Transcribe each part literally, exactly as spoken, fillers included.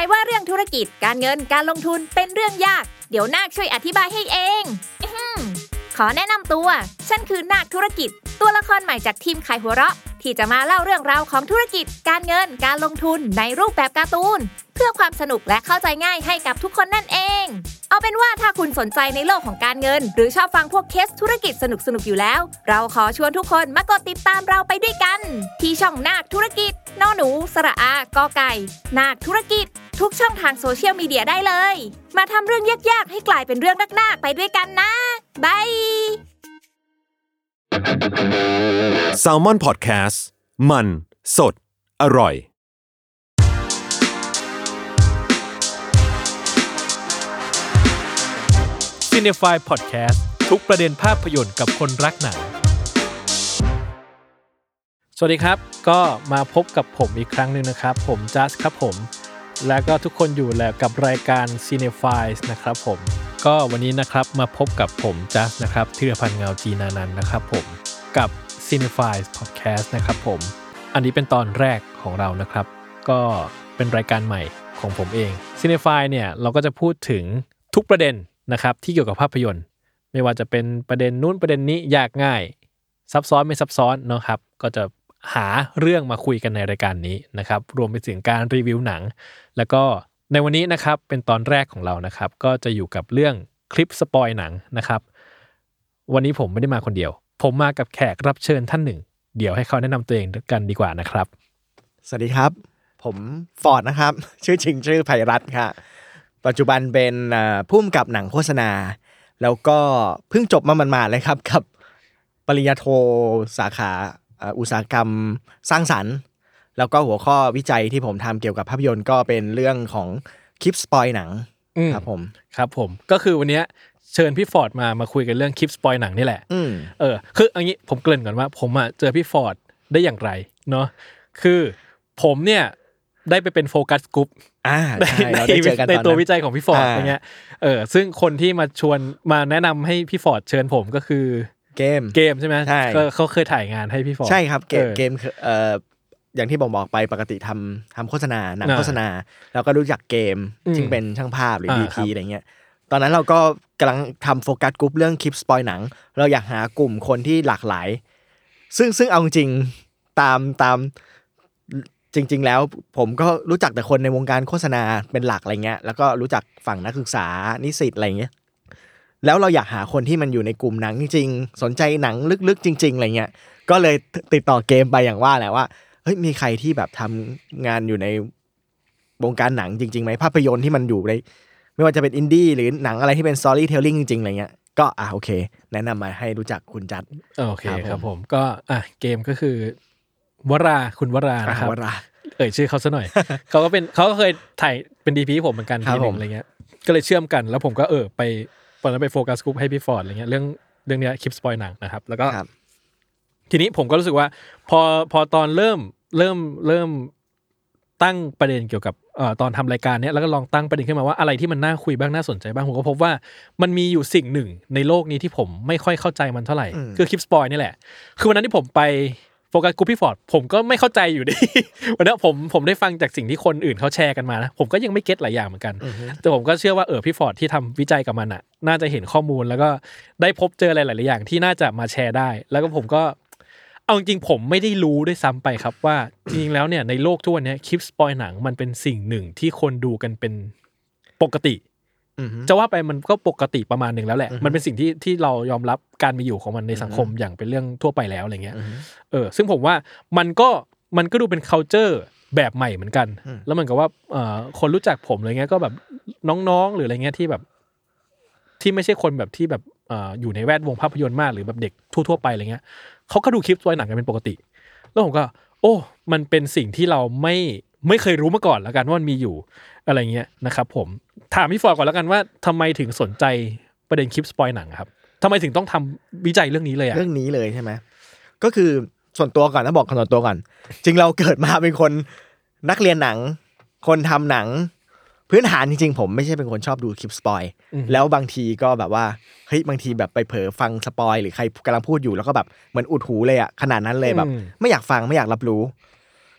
ว่าเรื่องธุรกิจการเงินการลงทุนเป็นเรื่องยากเดี๋ยวนาคช่วยอธิบายให้เองขอแนะนำตัวฉันคือนาคธุรกิจตัวละครใหม่จากทีมขายหัวเราะที่จะมาเล่าเรื่องราวของธุรกิจการเงินการลงทุนในรูปแบบการ์ตูนเพื่อความสนุกและเข้าใจง่ายให้กับทุกคนนั่นเองเอาเป็นว่าถ้าคุณสนใจในโลกของการเงินหรือชอบฟังพวกเคสธุรกิจสนุกๆอยู่แล้วเราขอชวนทุกคนมากดติดตามเราไปด้วยกันที่ช่องนาคธุรกิจนอหนูสระอากอไก่นาคธุรกิจทุกช่องทางโซเชียลมีเดียได้เลยมาทำเรื่องยากๆให้กลายเป็นเรื่องน่าๆไปด้วยกันนะบาย Salmon Podcast มันสดอร่อย Cinefy Podcast ทุกประเด็นภาพยนตร์กับคนรักหนังสวัสดีครับก็มาพบกับผมอีกครั้งนึงนะครับผมจัสครับผมแล้วก็ทุกคนอยู่แล้วกับรายการ Cinefy นะครับผมก็วันนี้นะครับมาพบกับผมจัสนะครับธีรพันธ์เงาจีนานันท์นะครับผมกับ Cinefy Podcast นะครับผมอันนี้เป็นตอนแรกของเรานะครับก็เป็นรายการใหม่ของผมเอง Cinefy เนี่ยเราก็จะพูดถึงทุกประเด็นนะครับที่เกี่ยวกับภาพยนตร์ไม่ว่าจะเป็นประเด็นนู้นประเด็นนี้ยากง่ายซับซ้อนไม่ซับซ้อนเนาะครับก็จะหาเรื่องมาคุยกันในรายการนี้นะครับรวมไปถึงการรีวิวหนังแล้วก็ในวันนี้นะครับเป็นตอนแรกของเรานะครับก็จะอยู่กับเรื่องคลิปสปอยหนังนะครับวันนี้ผมไม่ได้มาคนเดียวผมมากับแขกรับเชิญท่านหนึ่งเดี๋ยวให้เขาแนะนำตัวเองกันดีกว่านะครับสวัสดีครับผมฟอร์ดนะครับชื่อจริงชื่อไพรัตน์ครับปัจจุบันเป็นผู้กำกับหนังโฆษณาแล้วก็เพิ่งจบมาหมาดๆเลยครับกับปริญญาโทสาขาอุตสาหกรรมสร้างสรรค์แล้วก็หัวข้อวิจัยที่ผมทำเกี่ยวกับภาพยนตร์ก็เป็นเรื่องของคลิปสปอยหนังครับผมครับผมก็คือวันนี้เชิญพี่ฟอร์ดมามาคุยกันเรื่องคลิปสปอยหนังนี่แหละเออคืออย่างนี้ผมเกริ่นก่อนว่าผมอ่ะเจอพี่ฟอร์ดได้อย่างไรเนาะคือผมเนี่ยได้ไปเป็นโฟกัสกรุ๊ปอ่าใช่เราได้เจอกันตอนนั้นในตัววิจัยของพี่ฟอร์ดอย่างเงี้ยเออซึ่งคนที่มาชวนมาแนะนำให้พี่ฟอร์ดเชิญผมก็คือเกมเกมใช่ไหมก็เขาเคยถ่ายงานให้พี่ฟอร์ดใช่ครับเกมเกมเอ่ออย่างที่ผมบอกไปปกติทำทำโฆษณาหนังโฆษณาแล้วก็รู้จักเกมซึ่งเป็นช่างภาพหรือ ดี พี อะไรเงี้ยตอนนั้นเราก็กำลังทำโฟกัสกรุ๊ปเรื่องคลิปสปอยหนังเราอยากหากลุ่มคนที่หลากหลายซึ่งซึ่งเอาจริงตามตามจริงๆแล้วผมก็รู้จักแต่คนในวงการโฆษณาเป็นหลักอะไรเงี้ยแล้วก็รู้จักฝั่งนักศึกษานิสิตอะไรเงี้ยแล้วเราอยากหาคนที่มันอยู่ในกลุ่มหนังจริงๆสนใจหนังลึกๆจริงๆอะไรเงี้ยก็เลยติดต่อเกมไปอย่างว่าแหละว่าเฮ้ยมีใครที่แบบทำงานอยู่ในวงการหนังจริงๆไหมภาพยนตร์ที่มันอยู่ในไม่ว่าจะเป็นอินดี้หรือหนังอะไรที่เป็นสตอรี่เทลลิ่งจริงๆอะไรเงี้ยก็อ่ะโอเคแนะนำมาให้รู้จักคุณจัดโอเคครับผมก็อ่ะเกมก็คือวราคุณวรานะครับวราเอ่ยชื่อเขาซะหน่อย เขาก็เป็นเขาก็เคยถ่ายเป็น ดี พี ผมเหมือนกันทีนึงอะไรเงี้ยก็เลยเชื่อมกันแล้วผมก็เออไปตอนนั้นไปโฟกัสกรุ๊ปให้พี่ฟอร์ดอะไรเงี้ยเรื่องเรื่องนี้คลิปสปอยหนังนะครับแล้วก็ทีนี้ผมก็รู้สึกว่าพอพอตอนเริ่มเริ่มเริ่มตั้งประเด็นเกี่ยวกับเอ่อตอนทำรายการเนี้ยแล้วก็ลองตั้งประเด็นขึ้นมาว่าอะไรที่มันน่าคุยบ้างน่าสนใจบ้างผมก็พบว่ามันมีอยู่สิ่งหนึ่งในโลกนี้ที่ผมไม่ค่อยเข้าใจมันเท่าไหร่คือคลิปสปอยนี่แหละคือวันนั้นที่ผมไปโฟกัสกรุ๊ปพี่ฟอร์ดผมก็ไม่เข้าใจอยู่ดีวันนั้นผมผมได้ฟังจากสิ่งที่คนอื่นเขาแชร์กันมานะผมก็ยังไม่เก็ตหลายอย่างเหมือนกันแต่ผมก็เชื่อว่าเออพี่ฟอร์ดที่ทำวิจัยกับมันน่ะน่าจะเห็นข้อมูลแล้วก็ได้พบเจออะไรหลายๆอย่างที่น่าจะมาแชร์ได้แล้วก็ผมก็เอาจริงๆผมไม่ได้รู้ด้วยซ้ำไปครับว่าจริงๆแล้วเนี่ยในโลกทุกวันนี้คลิปสปอยหนังมันเป็นสิ่งหนึ่งที่คนดูกันเป็นปกติจะว่าไปมันก็ปกติประมาณนึงแล้วแหละมันเป็นสิ่งที่ที่เรายอมรับการมีอยู่ของมันในสังคมอย่างเป็นเรื่องทั่วไปแล้วอะไรเงี้ยเออซึ่งผมว่ามันก็มันก็ดูเป็น culture แบบใหม่เหมือนกันแล้วเหมือนกับว่าเอ่อคนรู้จักผมอะไรเงี้ยก็แบบน้องๆหรืออะไรเงี้ยที่แบบที่ไม่ใช่คนแบบที่แบบเอ่ออยู่ในแวดวงภาพยนตร์มากหรือแบบเด็กทั่วๆไปอะไรเงี้ยเขาก็ดูคลิปสปอยหนังกันเป็นปกติแล้วผมก็โอ้มันเป็นสิ่งที่เราไม่ไม่เคยรู้มาก่อนแล้วกันว่ามันมีอยู่อะไรเงี้ยนะครับผมถามพี่ฟอร์ดก่อนแล้วกันว่าทำไมถึงสนใจประเด็นคลิปสปอยหนังครับทำไมถึงต้องทำวิจัยเรื่องนี้เลยอะเรื่องนี้เลยใช่ไหมก็คือส่วนตัวก่อนนะบอกส่วนตัวก่อนจริงเราเกิดมาเป็นคนนักเรียนหนังคนทำหนังพื้นฐานจริงๆผมไม่ใช่เป็นคนชอบดูคลิปสปอยแล้วบางทีก็แบบว่าเฮ้ยบางทีแบบไปเผลอฟังสปอยหรือใครกำลังพูดอยู่แล้วก็แบบเหมือนอุดหูเลยอะขนาดนั้นเลยแบบไม่อยากฟังไม่อยากรับรู้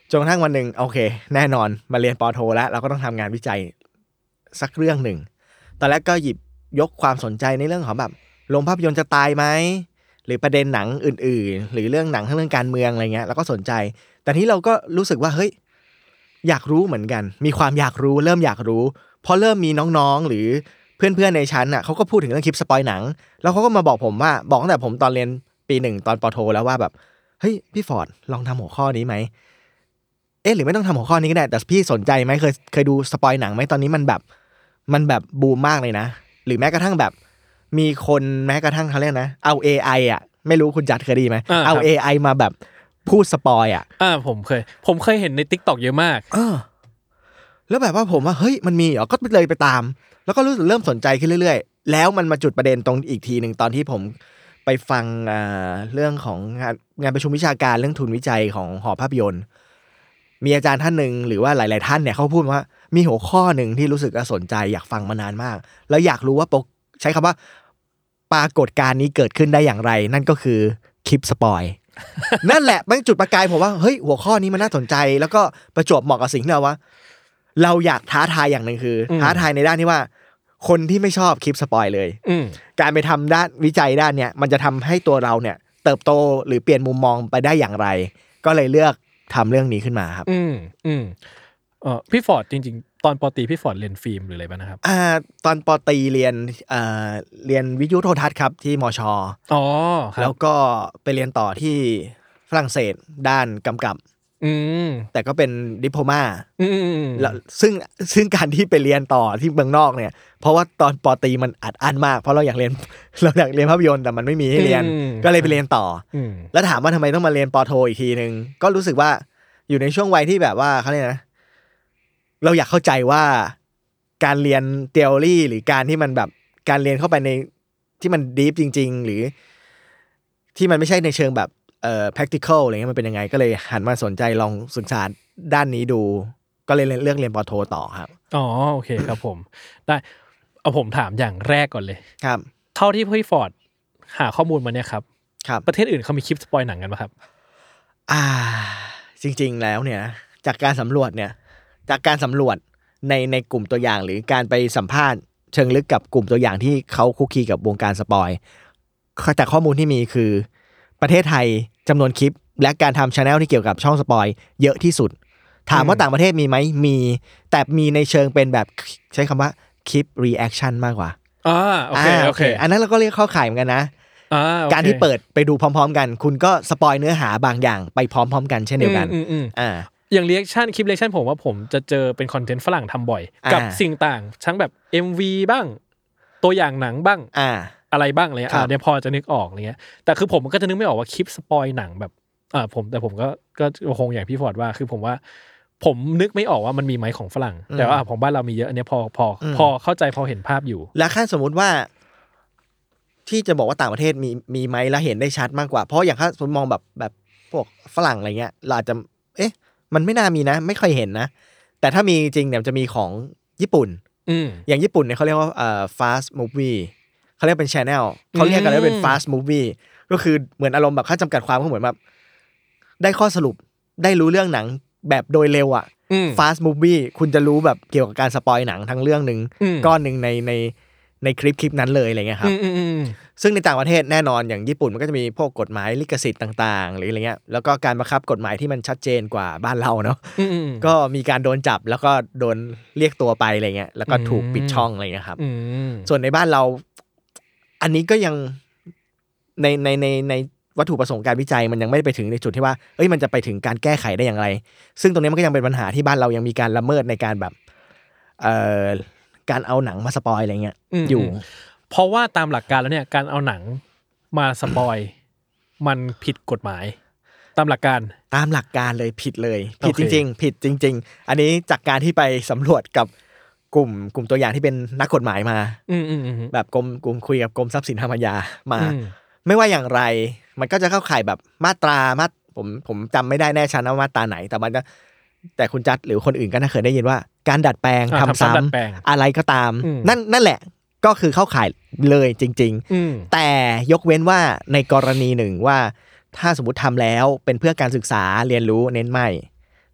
จนกระทั่งวันนึงโอเคแน่นอนมาเรียนปโทแล้วเราก็ต้องทำงานวิจัยสักเรื่องนึงตอนแรกก็หยิบยกความสนใจในเรื่องของแบบโรงภาพยนตร์จะตายไหมหรือประเด็นหนังอื่นๆหรือเรื่องหนังทั้งเรื่องการเมืองอะไรเงี้ยแล้วก็สนใจแต่ที่เราก็รู้สึกว่าเฮ้ยอยากรู้เหมือนกันมีความอยากรู้เริ่มอยากรู้พอเริ่มมีน้องๆหรือเพื่อนๆในชั้นอ่ะเขาก็พูดถึงเรื่องคลิปสปอยหนังแล้วเขาก็มาบอกผมว่าบอกตั้งแต่ผมตอนเรียนปีหนึ่งตอนปโทแล้วว่าแบบเฮ้ยพี่ฟอร์ดลองทำหัวข้อนี้ไหมเอ๊ะหรือไม่ต้องทำหัวข้อนี้ก็ได้แต่พี่สนใจไหมเคยเคยดูสปอยหนังไหมตอนนี้มันแบบมันแบบบูมมากเลยนะหรือแม้กระทั่งแบบมีคนแม้กระทั่งเขาเรียกนะเอา เอ ไอ อ่ะไม่รู้คุณจัดเคยได้ไหมเอา เอ ไอ มาแบบพูดสปอยอ่ะอ่าผมเคยผมเคยเห็นใน TikTok เยอะมากเออแล้วแบบว่าผมว่าเฮ้ยมันมีเหรอก็เลยไปตามแล้วก็รู้สึกเริ่มสนใจขึ้นเรื่อยๆแล้วมันมาจุดประเด็นตรงอีกทีนึงตอนที่ผมไปฟังอ่าเรื่องของงานงานประชุมวิชาการเรื่องทุนวิจัยของหอภาพยนตร์มีอาจารย์ท่านนึงหรือว่าหลายๆท่านเนี่ยเขาพูดว่ามีหัวข้อนึงที่รู้สึกสนใจอยากฟังมานานมากแล้วอยากรู้ว่าใช้คำว่าปรากฏการณ์นี้เกิดขึ้นได้อย่างไรนั่นก็คือคลิปสปอย นั่นแหละมันจุดประกายผมว่าเฮ้ยหัวข้อนี้มันน่าสนใจแล้วก็ประจวบเหมาะกับสิ่งที่เราว่าเราอยากท้าทายอย่างนึงคือท้าทายในด้านที่ว่าคนที่ไม่ชอบคลิปสปอยเลยการไปทำด้านวิจัยด้านเนี้ยมันจะทำให้ตัวเราเนี่ยเติบโตหรือเปลี่ยนมุมมองไปได้อย่างไรก็เลยเลือกทำเรื่องนี้ขึ้นมาครับอืมอืมเอ่อพี่ฟอร์ดจริงๆตอนป.ตรีพี่ฟอร์ดเรียนฟิล์มหรืออะไรบ้างนะครับอ่าตอนป.ตรีเรียนอ่าเรียนวิทยุโทรทัศน์ครับที่มช. อ๋อครับแล้วก็ไปเรียนต่อที่ฝรั่งเศสด้านกำกับอืมแต่ก็เป็นดิโพมาอืมแล้วซึ่งซึ่งการที่ไปเรียนต่อที่เมืองนอกเนี่ยเพราะว่าตอนป.ตรีมันอัดอั้นมากเพราะเราอยากเรียนเราอยากเรียนภาพยนตร์แต่มันไม่มีให้เรียนก็เลยไปเรียนต่อแล้วถามว่าทำไมต้องมาเรียนป.โทอีกทีนึงก็รู้สึกว่าอยู่ในช่วงวัยที่แบบว่าเขาเรียกนะเราอยากเข้าใจว่าการเรียน theory หรือการที่มันแบบการเรียนเข้าไปในที่มัน deep จริงๆหรือที่มันไม่ใช่ในเชิงแบบเอ่อ practical อะไรเงี้ยมันเป็นยังไงก็เลยหันมาสนใจลองศึกษาด้านนี้ดูก็เลยเลือกเรียนปโทต่อครับอ๋อโอเคครับผมได้เอาผมถามอย่างแรกก่อนเลยครับเท่าที่พี่ฟอร์ดหาข้อมูลมาเนี่ยครับครับประเทศอื่นเขามีคลิปสปอยหนังกันป่ะครับอ่าจริงๆแล้วเนี่ยจากการสำรวจเนี่ยจากการสำรวจในในกลุ่มตัวอย่างหรือการไปสัมภาษณ์เชิงลึกกับกลุ่มตัวอย่างที่เขาคุกคีกับวงการสปอยแต่ข้อมูลที่มีคือประเทศไทยจำนวนคลิปและการทำ channel ที่เกี่ยวกับช่องสปอยเยอะที่สุดถามว่าต่างประเทศมีไหมมีแต่มีในเชิงเป็นแบบใช้คำว่าคลิป reaction มากกว่าอ่าโอเคโอเคอันนั้นเราก็เรียกเข้าข่ายเหมือนกันนะการที่เปิดไปดูพร้อมๆกันคุณก็สปอยเนื้อหาบางอย่างไปพร้อมๆกันเช่นเดียวกันอ่าอย่าง reaction คลิป reaction ผมว่าผมจะเจอเป็นคอนเทนต์ฝรั่งทำบ่อยกับสิ่งต่างทั้งแบบ เอ็ม วี บ้างตัวอย่างหนังบ้างอ่าอะไรบ้างอะไรอ่ะเดี๋ยวพอจะนึกออกอะไรเงี้ยแต่คือผมก็จะนึกไม่ออกว่าคลิปสปอยหนังแบบอ่าผมแต่ผมก็ก็คงอย่างพี่ฟอร์ดว่าคือผมว่าผมนึกไม่ออกว่ามันมีไหมของฝรั่งแต่ว่าของบ้านเรามีเยอะอันนี้พอพอพอเข้าใจพอเห็นภาพอยู่แล้วถ้าสมมุติว่าที่จะบอกว่าต่างประเทศมีมีไหมแล้วเห็นได้ชัดมากกว่าเพราะอย่างถ้าสมมติมองแบบแบบพวกฝรั่งอะไรเงี้ยเราอาจจะเอ๊ะมันไม่น่ามีนะไม่ค่อยเห็นนะแต่ถ้ามีจริงเนี่ยจะมีของญี่ปุ่นอย่างญี่ปุ่นเนี่ยเขาเรียกว่าเอ่อ fast movieเขาเรียกเป็น channel เขาเรียกกันว่าเป็น fast movie ก็คือเหมือนอารมณ์แบบค่าจำกัดความก็เหมือนแบบได้ข้อสรุปได้รู้เรื่องหนังแบบโดยเร็วอ่ะ fast movie คุณจะรู้แบบเกี่ยวกับการสปอยหนังทั้งเรื่องนึงก้อนนึงในในในคลิปคลิปนั้นเลยอะไรเงี้ยครับซึ่งในต่างประเทศแน่นอนอย่างญี่ปุ่นมันก็จะมีพวกกฎหมายลิขสิทธิ์ต่างๆหรืออะไรเงี้ยแล้วก็การบังคับกฎหมายที่มันชัดเจนกว่าบ้านเราเนาะก็มีการโดนจับแล้วก็โดนเรียกตัวไปอะไรเงี้ยแล้วก็ถูกปิดช่องอะไรเงี้ยครับส่วนในบ้านเราอันนี้ก็ยังในในในในวัตถุประสงค์การวิจัยมันยังไม่ไปถึงในจุดที่ว่าเอ้ยมันจะไปถึงการแก้ไขได้อย่างไรซึ่งตรงนี้มันก็ยังเป็นปัญหาที่บ้านเรายังมีการละเมิดในการแบบเอ่อการเอาหนังมาสปอยอะไรเงี้ยอยู่เพราะว่าตามหลักการแล้วเนี่ยการเอาหนังมาสปอยมันผิดกฎหมายตามหลักการตามหลักการเลยผิดเลยผิดจริงๆผิดจริงๆอันนี้จากการที่ไปสำรวจกับกลุ่มกลุ่มตัวอย่างที่เป็นนักกฎหมายมาแบบกรมกลุ่มคุยกับกรมทรัพย์สินทางปัญญามาไม่ว่าอย่างไรมันก็จะเข้าข่ายแบบมาตรามาผมผมจำไม่ได้แน่ชัดว่ามาตราไหนแต่มันจะแต่คุณจัดหรือคนอื่นก็น่าเคยได้ยินว่าการดัดแปลงทำซ้ำอะไรก็ตามนั่นนั่นแหละก็คือเข้าข่ายเลยจริงๆแต่ยกเว้นว่าในกรณีหนึ่งว่าถ้าสมมติทำแล้วเป็นเพื่อการศึกษาเรียนรู้เน้นไม่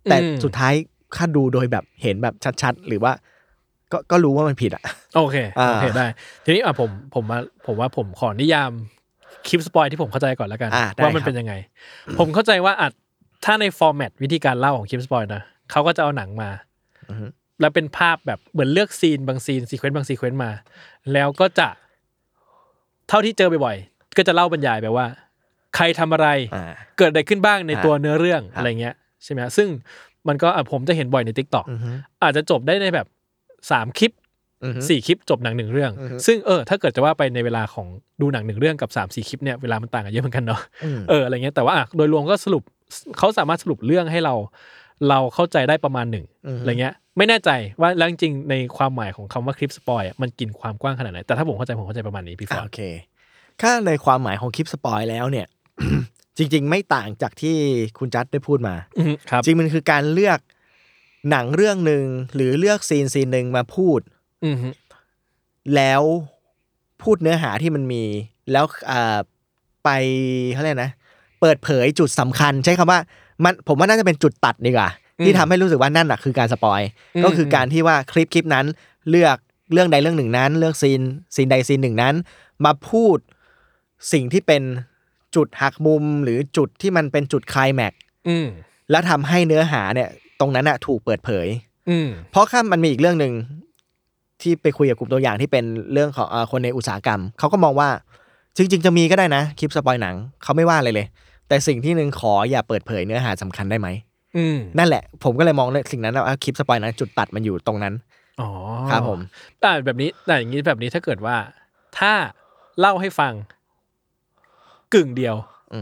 แต่สุดท้ายถ้าดูโดยแบบเห็นแบบชัดๆหรือว่าก็ก็รู้ว่ามันผิดอ่ะโอเคโอเคได้ทีนี้อ่ะผมผมมาผมว่าผมขอนิยามคลิปสปอยที่ผมเข้าใจก่อนแล้วกันว่ามันเป็นยังไงผมเข้าใจว่าอ่ะถ้าในฟอร์แมตวิธีการเล่าของคลิปสปอยนะเขาก็จะเอาหนังมาแล้วเป็นภาพแบบเหมือนเลือกซีนบางซีนซีเควนต์บางซีเควนต์มาแล้วก็จะเท่าที่เจอบ่อยๆก็จะเล่าบรรยายไปว่าใครทำอะไรเกิดอะไรขึ้นบ้างในตัวเนื้อเรื่องอะไรเงี้ยใช่ไหมซึ่งมันก็ผมจะเห็นบ่อยใน TikTok อาจจะจบได้ในแบบสามคลิปสี่คลิปจบหนังหนึ่งเรื่องซึ่งเออถ้าเกิดจะว่าไปในเวลาของดูหนังหนึ่งเรื่องกับ สามสี่ คลิปเนี่ยเวลามันต่างกันเยอะเหมือนกันเนาะเอออะไรเงี้ยแต่ว่าโดยรวมก็สรุปเขาสามารถสรุปเรื่องให้เราเราเข้าใจได้ประมาณหนึ่งอะไรเงี้ยไม่แน่ใจว่าแล้วจริงๆในความหมายของคำว่าคลิปสปอยมันกินความกว้างขนาดไหนแต่ถ้าผมเข้าใจผมเข้าใจประมาณนี้พี่ฟอร์ดโอเคถ้าในความหมายของคลิปสปอยแล้วเนี่ย จริงๆไม่ต่างจากที่คุณจัดได้พูดมาจริงมันคือการเลือกหนังเรื่องนึงหรือเลือกซีนซีนนึงมาพูดแล้วพูดเนื้อหาที่มันมีแล้วอ่าไปเค้าเรียกนะเปิดเผยจุดสำคัญใช้คำว่ามันผมว่าน่าจะเป็นจุดตัดดีกว่าที่ทำให้รู้สึกว่านั่นน่ะคือการสปอยก็คือการที่ว่าคลิปคลิปนั้นเลือกเรื่องใดเรื่องหนึ่งนั้นเลือกซีนซีนใดซีนหนึ่งนั้นมาพูดสิ่งที่เป็นจุดหักมุมหรือจุดที่มันเป็นจุดไคลแม็กซ์แล้วทำให้เนื้อหาเนี่ยตรงนั้นน่ะถูกเปิดเผยเพราะข้ามมันมีอีกเรื่องนึงที่ไปคุยกับกลุ่มตัวอย่างที่เป็นเรื่องของคนในอุตสาหกรรมเขาก็มองว่าจริงๆจะมีก็ได้นะคลิปสปอยหนังเขาไม่ว่าอะไรเลยแต่สิ่งที่นึงขออย่าเปิดเผยเนื้อหาสำคัญได้ไหมนั่นแหละผมก็เลยมองเลยสิ่งนั้นว่าคลิปสปอยหนังจุดตัดมันอยู่ตรงนั้นอ๋อครับผมแต่แบบนี้แต่อย่างนี้แบบนี้ถ้าเกิดว่าถ้าเล่าให้ฟังกึ่งเดียว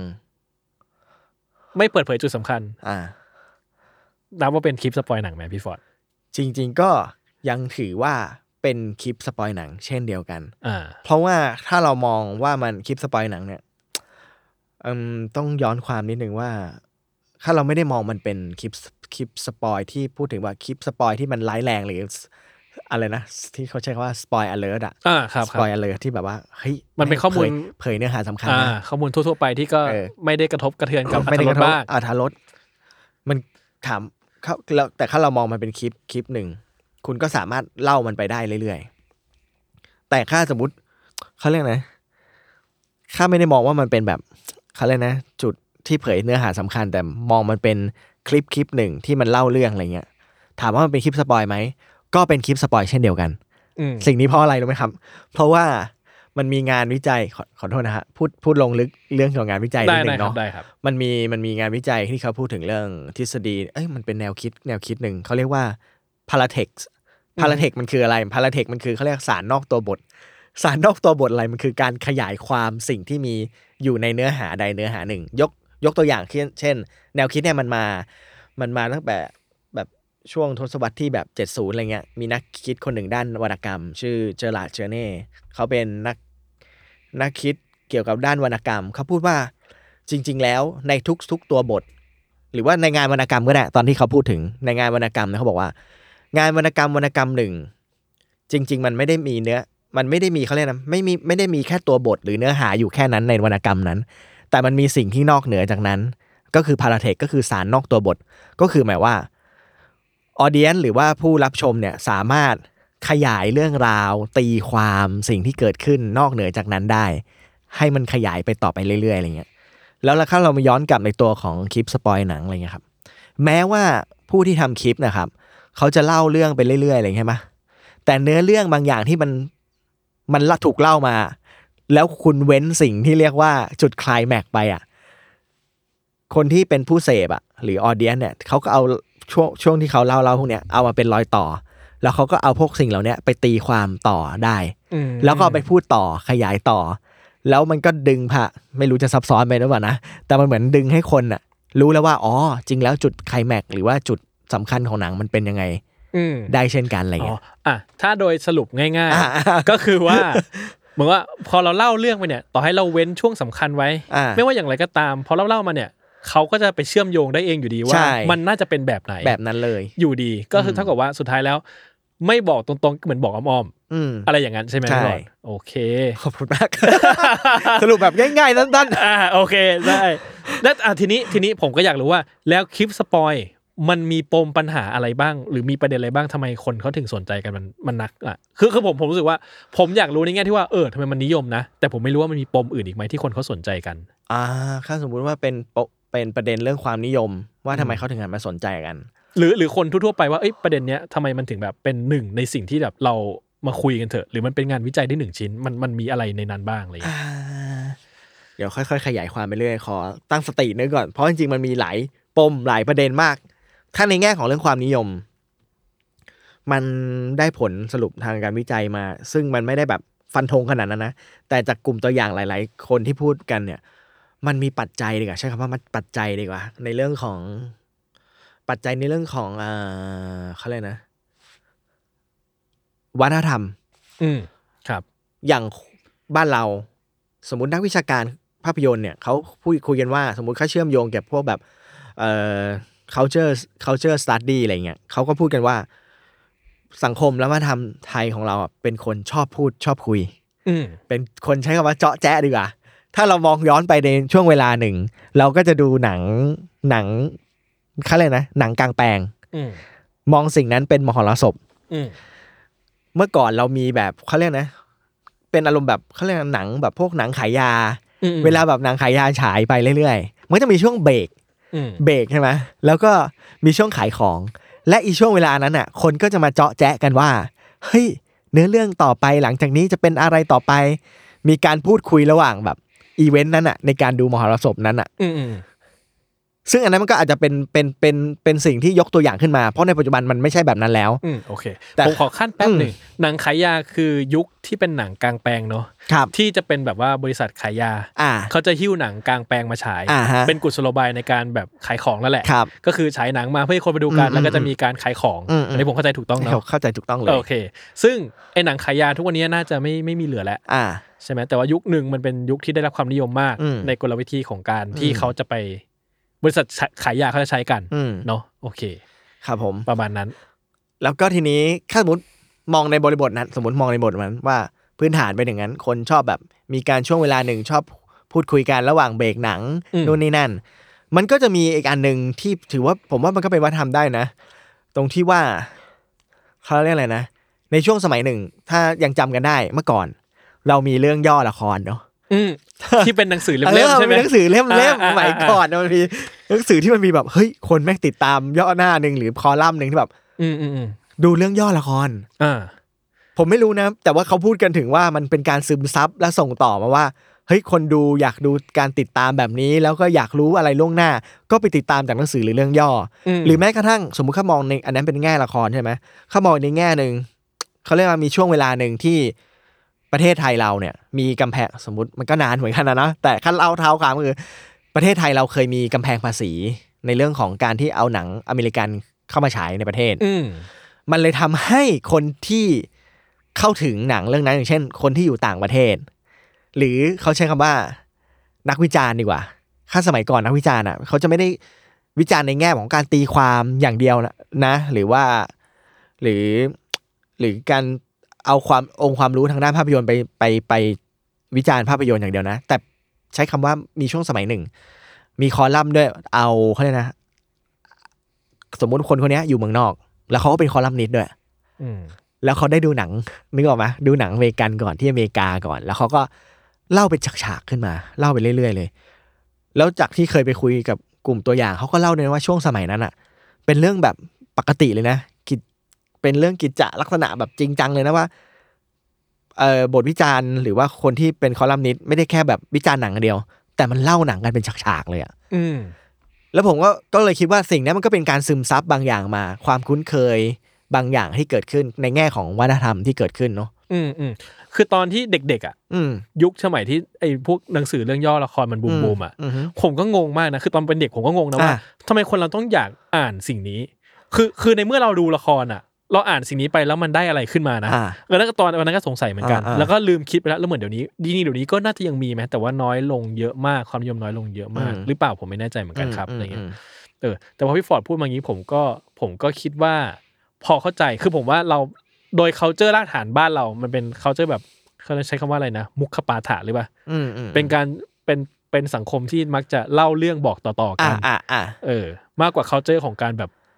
ไม่เปิดเผยจุดสำคัญอ่านับว่าเป็นคลิปสปอยหนังไหมพี่ฟอร์ดจริงๆก็ยังถือว่าเป็นคลิปสปอยหนังเช่นเดียวกันอ่าเพราะว่าถ้าเรามองว่ามันคลิปสปอยหนังเนี่ยอืมต้องย้อนความนิดนึงว่าถ้าเราไม่ได้มองมันเป็นคลิปคลิปสปอยที่พูดถึงว่าคลิปสปอยที่มันร้ายแรงหรืออะไรนะที่เขาใช้คำว่าสปอยอเลิร์ตอ่ะอ่าครับสปอยอเลิร์ตที่แบบว่าเฮ้ยมันเป็นข้อมูลเผยเนื้อหาสำคัญนะข้อมูลทั่วๆไปที่ก็ไม่ได้กระทบกระเทือนกับอรรถรสบ้างอรรถรสมันถามเขาแล้วแต่ถ้าเรามองมันเป็นคลิปคลิปหนึ่งคุณก็สามารถเล่ามันไปได้เรื่อยๆแต่ถ้าสมมุติเขาเรียกนะถ้าไม่ได้มองว่ามันเป็นแบบเขาเรียกนะจุดที่เผยเนื้อหาสำคัญแต่มองมันเป็นคลิปคลิปหนึ่งที่มันเล่าเรื่องอะไรเงี้ยถามว่ามันเป็นคลิปสปอยไหมก็เป็นคลิปสปอยเช่นเดียวกันสิ่งนี้เพราะอะไรรู้ไหมครับเพราะว่ามันมีงานวิจัยขอขอโทษนะฮะพูดพูดลงลึกเรื่องของงานวิจัยนิดนึงเนาะมันมีมันมีงานวิจัยที่เขาพูดถึงเรื่องทฤษฎีเอ้ยมันเป็นแนวคิดแนวคิดหนึ่งเขาเรียกว่า paratext paratext มันคืออะไร paratext มันคือเขาเรียกสารนอกตัวบทสารนอกตัวบทอะไรมันคือการขยายความสิ่งที่มีอยู่ในเนื้อหาใดเนื้อหาหนึ่งยกยกตัวอย่างเช่นแนวคิดเนี่ยมันมามันมาตั้งแต่แบบช่วงทศวรรษที่แบบเจ็ดสิบอะไรเงี้ยมีนักคิดคนหนึ่งด้านวรรณกรรมชื่อเจอราร์ดเจอร์เน่เขาเป็นนักนักคิดเกี่ยวกับด้านวรรณกรรมเขาพูดว่าจริงๆแล้วในทุกๆตัวบทหรือว่าในงานวรรณกรรมก็ได้ตอนที่เขาพูดถึงในงานวรรณกรรมนะเขาบอกว่างานวรรณกรรมวรรณกรรมหนึ่งจริงๆมันไม่ได้มีเนื้อมันไม่ได้มีเขาเรียกนะไม่มีไม่ได้มีแค่ตัวบทหรือเนื้อหาอยู่แค่นั้นในวรรณกรรมนั้นแต่มันมีสิ่งที่นอกเหนือจากนั้นก็คือ paratext ก็คือสารนอกตัวบทก็คือหมายว่า audience หรือว่าผู้รับชมเนี่ยสามารถขยายเรื่องราวตีความสิ่งที่เกิดขึ้นนอกเหนือจากนั้นได้ให้มันขยายไปต่อไปเรื่อยๆอะไรเงี้ยแล้วถ้าเรามาย้อนกลับในตัวของคลิปสปอยหนังอะไรเงี้ยครับแม้ว่าผู้ที่ทำคลิปนะครับเขาจะเล่าเรื่องไปเรื่อยๆอะไรเงี้ยมั้ยแต่เนื้อเรื่องบางอย่างที่มันมันถูกเล่ามาแล้วคุณเว้นสิ่งที่เรียกว่าจุดไคลแม็กซ์ไปอ่ะคนที่เป็นผู้เสพอ่ะหรือออเดียนเนี่ยเขาก็เอาช่วงช่วงที่เขาเล่าเล่าพวกเนี้ยเอามาเป็นรอยต่อแล้วเขาก็เอาพวกสิ่งเหล่านี้ไปตีความต่อได้แล้วก็ไปพูดต่อขยายต่อแล้วมันก็ดึงพะไม่รู้จะซับซ้อนไปหรือเปล่านะแต่มันเหมือนดึงให้คนอ่ะรู้แล้วว่าอ๋อจริงแล้วจุดไคลแม็กซ์หรือว่าจุดสำคัญของหนังมันเป็นยังไงได้เช่นกันอะไรเงี้ยอ่ะถ้าโดยสรุปง่ายๆก็คือว่าเหมือนว่าพอเราเล่าเรื่องไปเนี่ยต่อให้เราเว้นช่วงสำคัญไว้ไม่ว่าอย่างไรก็ตามพอเราเล่ามาเนี่ยเขาก็จะไปเชื่อมโยงได้เองอยู่ดีว่ามันน่าจะเป็นแบบไหนแบบนั้นเลยอยู่ดีก็คือเท่ากับว่าสุดท้ายแล้วไม่บอกตรงๆเหมือนบอกอ้อมๆอะไรอย่างนั้นใช่ไหมใช่โอเคขอบคุณมากสรุปแบบง่ายๆสั้นๆอ่าโอเคได้แล้วอ่ะทีนี้ทีนี้ผมก็อยากรู้ว่าแล้วคลิปสปอยมันมีปมปัญหาอะไรบ้างหรือมีประเด็นอะไรบ้างทำไมคนเขาถึงสนใจกันมันมันนักอ่ะคือคือผมผมรู้สึกว่าผมอยากรู้ในแง่ที่ว่าเออทำไมมันนิยมนะแต่ผมไม่รู้ว่ามันมีปมอื่นอีกไหมที่คนเขาสนใจกันอ่าถ้าสมมุติว่าเป็นเป็นประเด็นเรื่องความนิยมว่าทำไมเขาถึงหันมาสนใจกันหรือหรือคนทั่วๆไปว่าเอ้ยประเด็นเนี้ยทำไมมันถึงแบบเป็นหนึ่งในสิ่งที่แบบเรามาคุยกันเถอะหรือมันเป็นงานวิจัยได้หนึ่งชิ้นมันมันมีอะไรในนั้นบ้างอะไรอย่างเงี้ยเดี๋ยวค่อยๆขยายความไปเรื่อยขอตั้งสตินึกก่อนเพราะจริงๆมันมีหลายปมหลายประเด็นมากถ้าในแง่ของเรื่องความนิยมมันได้ผลสรุปทางการวิจัยมาซึ่งมันไม่ได้แบบฟันธงขนาดนั้นนะแต่จากกลุ่มตัวอย่างหลายๆคนที่พูดกันเนี่ยมันมีปัจจัยดีกว่าใช้คำว่ามันปัจจัยดีกว่าในเรื่องของปัจจัยในเรื่องของอ่าเขาเรียกนะวัฒนธรรมอืมครับอย่างบ้านเราสมมุตินักวิชาการภาพยนตร์เนี่ยเขาพูดคุยกันว่าสมมุติเขาเชื่อมโยงเกี่ยวกับพวกแบบเอ่อ culture culture study อะไรเงี้ยเขาก็พูดกันว่าสังคมและวัฒนธรรมไทยของเราอ่ะเป็นคนชอบพูดชอบคุยอืมเป็นคนใช้คำว่าเจาะแจ๊ะดีกว่าถ้าเรามองย้อนไปในช่วงเวลาหนึ่งเราก็จะดูหนังหนังเขาเรียกนะหนังกลางแปลงมองสิ่งนั้นเป็นมหรสพเมื่อก่อนเรามีแบบเขาเรียกนะเป็นอารมณ์แบบเขาเรียกหนังแบบพวกหนังขายยาเวลาแบบหนังขายยาฉายไปเรื่อยๆมันจะมีช่วงเบรกเบรกใช่ไหมแล้วก็มีช่วงขายของและอีช่วงเวลานั้นอ่ะคนก็จะมาเจาะแจ๊ะกันว่าเฮ้ยเนื้อเรื่องต่อไปหลังจากนี้จะเป็นอะไรต่อไปมีการพูดคุยระหว่างแบบอีเวนต์นั้นอ่ะในการดูมหรสพนั้นอ่ะซึ่งอันนั้นมันก็อาจจะเป็นเป็นเป็นเป็นสิ่งที่ยกตัวอย่างขึ้นมาเพราะในปัจจุบันมันไม่ใช่แบบนั้นแล้วอืมโอเคแต่ผมขอขั้นแป๊บหนึ่งหนังขายยาคือยุคที่เป็นหนังกลางแปลงเนาะที่จะเป็นแบบว่าบริษัทขายยาเขาจะหิ้วหนังกลางแปลงมาฉายเป็นกุศโลบายในการแบบขายของแล้วแหละก็คือฉายหนังมาเพื่อให้คนไปดูกันแล้วก็จะมีการขายของอันนี้ผมเข้าใจถูกต้องเนาะเข้าใจถูกต้องเลยโอเคซึ่งไอ้หนังขายยาทุกวันนี้น่าจะไม่ไม่มีเหลือแล้วใช่ไหมแต่ว่ายุคนึงมันเป็นยุคที่ได้รับความนิยมมากในกลวิธีของการที่เขาจะไปบริษัทขายยาเขาจะใช้กันเนาะโอเคครับผมประมาณนั้นแล้วก็ทีนี้ถ้าสมมติมองในบริบทนั้นสมมติมองในบทนั้นว่าพื้นฐานเป็นอย่างนั้นคนชอบแบบมีการช่วงเวลาหนึ่งชอบพูดคุยกันระหว่างเบรกหนังนู่นนี่นั่นมันก็จะมีอีกอันนึงที่ถือว่าผมว่ามันก็เป็นวัฒนธรรมได้นะตรงที่ว่าเขาเรียกอะไรนะในช่วงสมัยหนึ่งถ้ายังจำกันได้เมื่อก่อนเรามีเรื่องย่อละครเนาะที่เป็นหนังสือเล่มๆใช่ไหมหนังสือเล่มๆสมัยก่อนมันมีหนังสือที่มันมีแบบเฮ้ยคนแม่งติดตามย่อหน้านึงหรือคอลัมน์นึงที่แบบดูเรื่องย่อละครผมไม่รู้นะแต่ว่าเขาพูดกันถึงว่ามันเป็นการซึมซับและส่งต่อมาว่าเฮ้ยคนดูอยากดูการติดตามแบบนี้แล้วก็อยากรู้อะไรล่วงหน้าก็ไปติดตามจากหนังสือหรือเรื่องย่อหรือแม้กระทั่งสมมุติข้ามองในอันนั้นเป็นแง่ละครใช่ไหมข้ามองในแง่นึงเขาเรียกว่ามีช่วงเวลานึงที่ประเทศไทยเราเนี่ยมีกำแพงสมมุติมันก็นานเหมือนกันนะนะแต่ขั้นเล่าเท้าความคือประเทศไทยเราเคยมีกำแพงภาษีในเรื่องของการที่เอาหนังอเมริกันเข้ามาฉายในประเทศมันเลยทำให้คนที่เข้าถึงหนังเรื่องนั้นอย่างเช่นคนที่อยู่ต่างประเทศหรือเขาใช้คำว่านักวิจารณ์ดีกว่าถ้าสมัยก่อนนักวิจารณ์อ่ะเขาจะไม่ได้วิจารณ์ในแง่ของการตีความอย่างเดียวนะนะหรือว่าหรือหรือการเอาความองค์ความรู้ทางด้านภาพยนตร์ไปไปไปวิจารณ์ภาพยนตร์อย่างเดียวนะแต่ใช้คำว่ามีช่วงสมัยหนึ่งมีคอลัมน์ด้วยเอาเขาเรียกนะสมมุติคนคนนี้อยู่เมืองนอกแล้วเขาก็เป็นคอลัมนิสต์ด้วยแล้วเขาได้ดูหนังนึกออกไหมดูหนังอเมริกันก่อนที่อเมริกาก่อนแล้วเขาก็เล่าเป็นฉากๆขึ้นมาเล่าไปเรื่อยๆเลยแล้วจากที่เคยไปคุยกับกลุ่มตัวอย่างเขาก็เล่าเลยว่าช่วงสมัยนั้นอ่ะเป็นเรื่องแบบปกติเลยนะเป็นเรื่องกิจจลักษณะแบบจริงจังเลยนะว่าเอ่อบทวิจารณ์หรือว่าคนที่เป็นคอลัมนิสต์ไม่ได้แค่แบบวิจารณ์หนังเดียวแต่มันเล่าหนังกันเป็นฉากๆเลยอ่ะแล้วผมก็ก็เลยคิดว่าสิ่งนี้มันก็เป็นการซึมซับบางอย่างมาความคุ้นเคยบางอย่างที่เกิดขึ้นในแง่ของวัฒนธรรมที่เกิดขึ้นเนาะอืมอืมคือตอนที่เด็กๆอ่ะยุคสมัยที่ไอ้พวกหนังสือเรื่องย่อละครมันบูมๆอ่ะผมก็งงมากนะคือตอนเป็นเด็กผมก็งงนะว่าทำไมคนเราต้องอยากอ่านสิ่งนี้คือคือในเมื่อเราดูละครอ่ะเราอ่านสิ่งนี้ไปแล้วมันได้อะไรขึ้นมานะแล้วก็ตอนวันนั้นก็สงสัยเหมือนกันแล้วก็ลืมคิดไปแล้วแล้วเหมือนเดี๋ยวนี้ดีนี่เดี๋ยวนี้ก็น่าจะยังมีไหมแต่ว่าน้อยลงเยอะมากความนิยมน้อยลงเยอะมากหรือเปล่าผมไม่แน่ใจเหมือนกันครับอะไรเงี้ยเออแต่พอพี่ฟอร์ดพูดมาอย่างนี้ผมก็ผมก็คิดว่าพอเข้าใจคือผมว่าเราโดย culture รากฐานบ้านเรามันเป็น culture แบบเขาใช้คำว่าอะไรนะมุขปาฐะหรือเปล่าเป็นการเป็นเป็นสังคมที่มักจะเล่าเรื่องบอกต่อๆกันเออมากกว่า culture ของการแบบ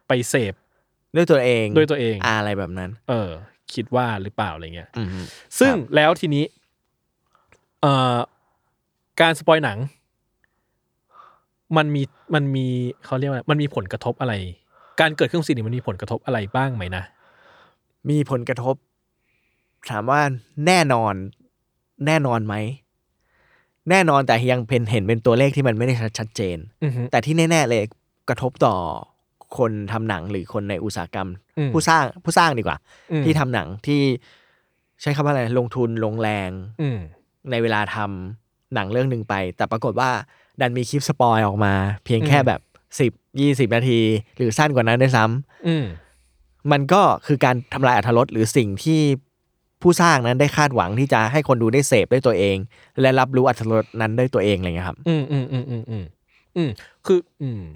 ไปเสพด้วยตัวเองด้วยตัวเองอะไรแบบนั้นเออคิดว่าหรือเปล่าอะไรเงี้ยซึ่งแล้วทีนี้เอ่อการสปอยหนังมันมีมันมีเขาเรียกว่ามันมีผลกระทบอะไรการเกิดขึ้นสิ่งนี้มันมีผลกระทบอะไรบ้างไหมนะมีผลกระทบถามว่าแน่นอนแน่นอนไหมแน่นอนแต่ยังเป็นเห็นเป็นตัวเลขที่มันไม่ได้ชัดเจนแต่ที่แน่ๆเลยกระทบต่อคนทำหนังหรือคนในอุตสาหกรรมผู้สร้างผู้สร้างดีกว่าที่ทำหนังที่ใช้คำว่าอะไรลงทุนลงแรงในเวลาทำหนังเรื่องนึงไปแต่ปรากฏว่าดันมีคลิปสปอยออกมาเพียงแค่แบบสิบ ยี่สิบนาทีหรือสั้นกว่านั้นด้วยซ้ำมันก็คือการทำลายอรรถรสหรือสิ่งที่ผู้สร้างนั้นได้คาดหวังที่จะให้คนดูได้เสพด้วยตัวเองและรับรู้อรรถรสนั้นด้วยตัวเองอะไรเงี้ยครับอืมอืมอืมอืมอืมอืมคืออืม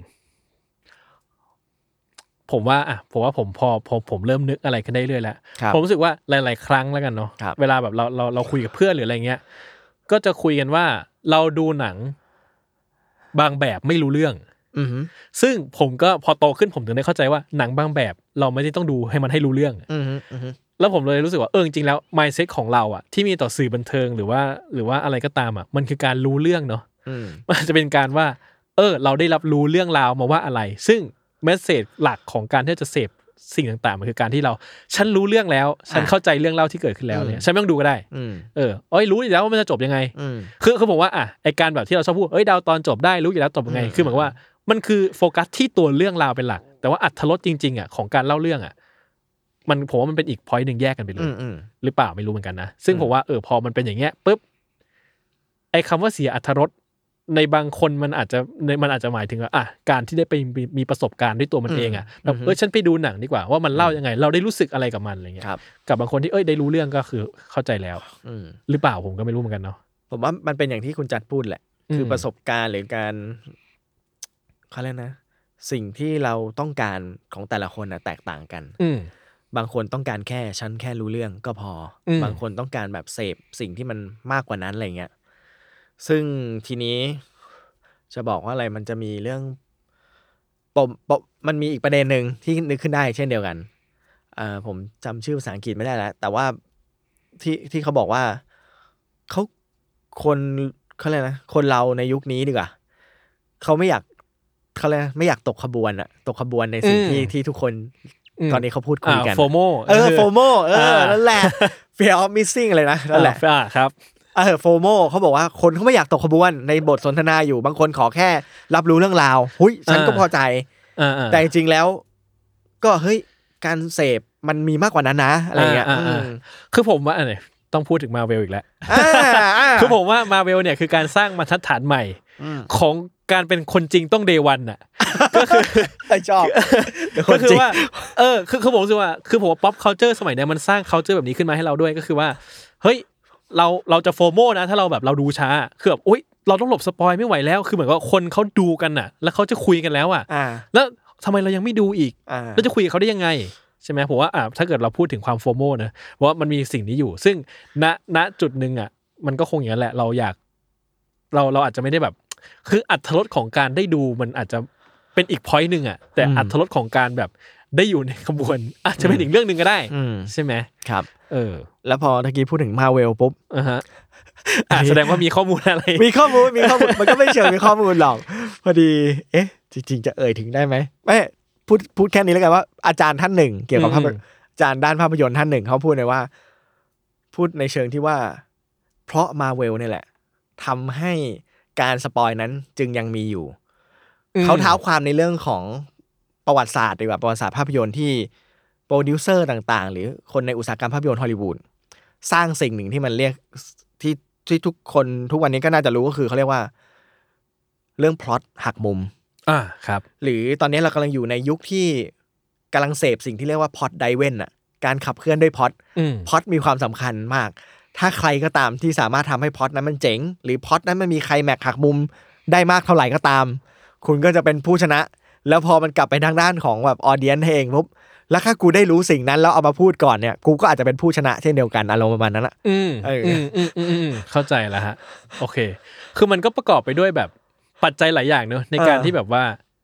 ผมว่าอ่ะผมว่าผมพอพอผมเริ่มนึกอะไรกันได้เรื่อยแล้วผมรู้สึกว่าหลายๆครั้งแล้วกันเนาะเวลาแบบเราเราเราคุยกับเพื่อนหรืออะไรเงี้ยก็จะคุยกันว่าเราดูหนังบางแบบไม่รู้เรื่องซึ่งผมก็พอโตขึ้นผมถึงได้เข้าใจว่าหนังบางแบบเราไม่ได้ต้องดูให้มันให้รู้เรื่องแล้วผมเลยรู้สึกว่าเออจริงๆแล้ว mindset ของเราอ่ะที่มีต่อสื่อบันเทิงหรือว่าหรือว่าอะไรก็ตามอ่ะมันคือการรู้เรื่องเนาะมันจะเป็นการว่าเออเราได้รับรู้เรื่องราวมาว่าอะไรซึ่งเมสเสจหลักของการที่จะเสพสิ่งต่างๆมันคือการที่เราฉันรู้เรื่องแล้วฉันเข้าใจเรื่องเล่าที่เกิดขึ้นแล้วเนี่ยฉันไม่ต้องดูก็ได้เออเอ้ยรู้อยู่แล้วว่ามันจะจบยังไงคือคือผมว่าอ่ะไอการแบบที่เราชอบพูดเอ้ยเดาตอนจบได้รู้อยู่แล้วจบยังไงคือเหมือนว่ามันคือโฟกัสที่ตัวเรื่องราวเป็นหลักแต่ว่าอรรถรสจริงๆอ่ะของการเล่าเรื่องอ่ะมันผมว่ามันเป็นอีก point นึงแยกกันไปเลยหรือเปล่าไม่รู้เหมือนกันนะซึ่งผมว่าเออพอมันเป็นอย่างเงี้ยปุ๊บไอ้คำว่าเสียอรรถรสในบางคนมันอาจจะมันอาจจะหมายถึงว่าอ่ะการที่ได้ไปมีประสบการณ์ด้วยตัวมันเองอ่ะแบบเออฉันไปดูหนังดีกว่าว่ามันเล่ายังไงเราได้รู้สึกอะไรกับมันอะไรเงี้ยกับบางคนที่เอ้ยได้รู้เรื่องก็คือเข้าใจแล้วหรือเปล่าผมก็ไม่รู้เหมือนกันเนาะผมว่ามันเป็นอย่างที่คุณจัดพูดแหละคือประสบการณ์หรือการเขาเรียกนะสิ่งที่เราต้องการของแต่ละคนน่ะแตกต่างกันบางคนต้องการแค่ฉันแค่รู้เรื่องก็พอบางคนต้องการแบบเสพสิ่งที่มันมากกว่านั้นอะไรเงี้ยซึ่งทีนี้จะบอกว่าอะไรมันจะมีเรื่องปมปมมันมีอีกประเด็นหนึ่งที่นึกขึ้นได้เช่นเดียวกันอ่าผมจำชื่อภาษาอังกฤษไม่ได้แล้วแต่ว่าที่ที่เขาบอกว่าเขาคนเขาเรียกนะคนเราในยุคนี้ดีกว่าเขาไม่อยากเขาเรียกไม่อยากตกขบวนอะตกขบวนในสิ่งที่ที่ทุกคนตอนนี้เขาพูดคุยกันโฟโมเออโฟโมเออนั่นแหละ fear of missing อะไรนะนั่นแหละครับเออโฟโมเขาบอกว่าคนเขาไม่อยากตกขบวนในบทสนทนาอยู่บางคนขอแค่รับรู้เรื่องราวหุยฉันก็พอใจแต่จริงๆแล้วก็เฮ้ยการเสพมันมีมากกว่านั้นนะอะไรเงี้ยคือผมว่าอะไรต้องพูดถึง Marvel อีกแล้วคือผมว่า Marvel เนี่ยคือการสร้างบรรทัดฐานใหม่ของการเป็นคนจริงต้อง day one น่ะก็คือชอบก็คือว่าเออคือคือผมรู้สึกว่าคือผมว่า pop culture สมัยนี้มันสร้าง culture แบบนี้ขึ้นมาให้เราด้วยก็คือว่าเฮ้ยเราเราจะโฟโมนะถ้าเราแบบเราดูช้าคือแบบอุ๊ยเราต้องหลบสปอยไม่ไหวแล้วคือเหมือนกับคนเขาดูกันน่ะแล้วเขาจะคุยกันแล้วอ่ะแล้วทำไมเรายังไม่ดูอีกแล้วจะคุยกับเขาได้ยังไงใช่ไหมผมว่าอ่ะถ้าเกิดเราพูดถึงความโฟโมนะเพราะว่ามันมีสิ่งนี้อยู่ซึ่งณณจุดนึงอ่ะมันก็คงอย่างนั้นแหละเราอยากเราเราอาจจะไม่ได้แบบคืออรรถรสของการได้ดูมันอาจจะเป็นอีก point นึงอ่ะแต่อรรถรสของการแบบได้อยู่ในขบวนอาจจะเป็นอีกเรื่องนึงก็ได้ใช่ไหมครับเออแล้วพอตะกี้พูดถึง Marvel ปุ๊บอ่าฮะอ่ะแสดงว่ามีข้อมูลอะไรมีข้อมูลมีข้อมูลมันก็ไม่เชิงมีข้อมูลหรอกพอดีเอ๊ะจริงๆจะเอ่ยถึงได้ไหมไม่พูดพูดแค่นี้แล้วกันว่าอาจารย์ท่านหนึ่งเกี่ยวกับภาพอาจารย์ด้านภาพยนตร์ท่านหนึ่งเขาพูดเลยว่าพูดในเชิงที่ว่าเพราะ Marvel เนี่ยแหละทำให้การสปอยนั้นจึงยังมีอยู่เขาเท้าความในเรื่องของประวัติศาสตร์ดีกว่าประวัติศาสตร์ภาพยนตร์ที่โปรดิวเซอร์ต่างๆหรือคนในอุตสาหกรรมภาพยนตร์ฮอลลีวูดสร้างสิ่งหนึ่งที่มันเรียกที่ที่ทุกคนทุกวันนี้ก็น่าจะรู้ก็คือเขาเรียกว่าเรื่องพล็อตหักมุมอ่าครับหรือตอนนี้เรากำลังอยู่ในยุคที่กำลังเสพสิ่งที่เรียกว่าพล็อตไดเวนอ่ะการขับเคลื่อนด้วยพล็อตพล็อตมีความสำคัญมากถ้าใครก็ตามที่สามารถทำให้พล็อตนั้นมันเจ๋งหรือพล็อตนั้นมันมีไคลแม็กซ์หักมุมได้มากเท่าไหร่ก็ตามคุณก็จะเป็นผู้ชนะแล้วพอมันกลับไปทางด้านของแบบออเดียนซ์เองปุ๊บแล้วถ้ากูได้รู้สิ่งนั้นแล้วเอามาพูดก่อนเนี่ยกูก็อาจจะเป็นผู้ชนะเช่นเดียวกันอารมณ์ประมาณนั้นอ่ะอืมอืมอืมอืมเข้าใจแล้วฮะโอเคคือมันก็ประกอบไปด้วยแบบปัจจัยหลายอย่างเนอะในการที่แบบว่า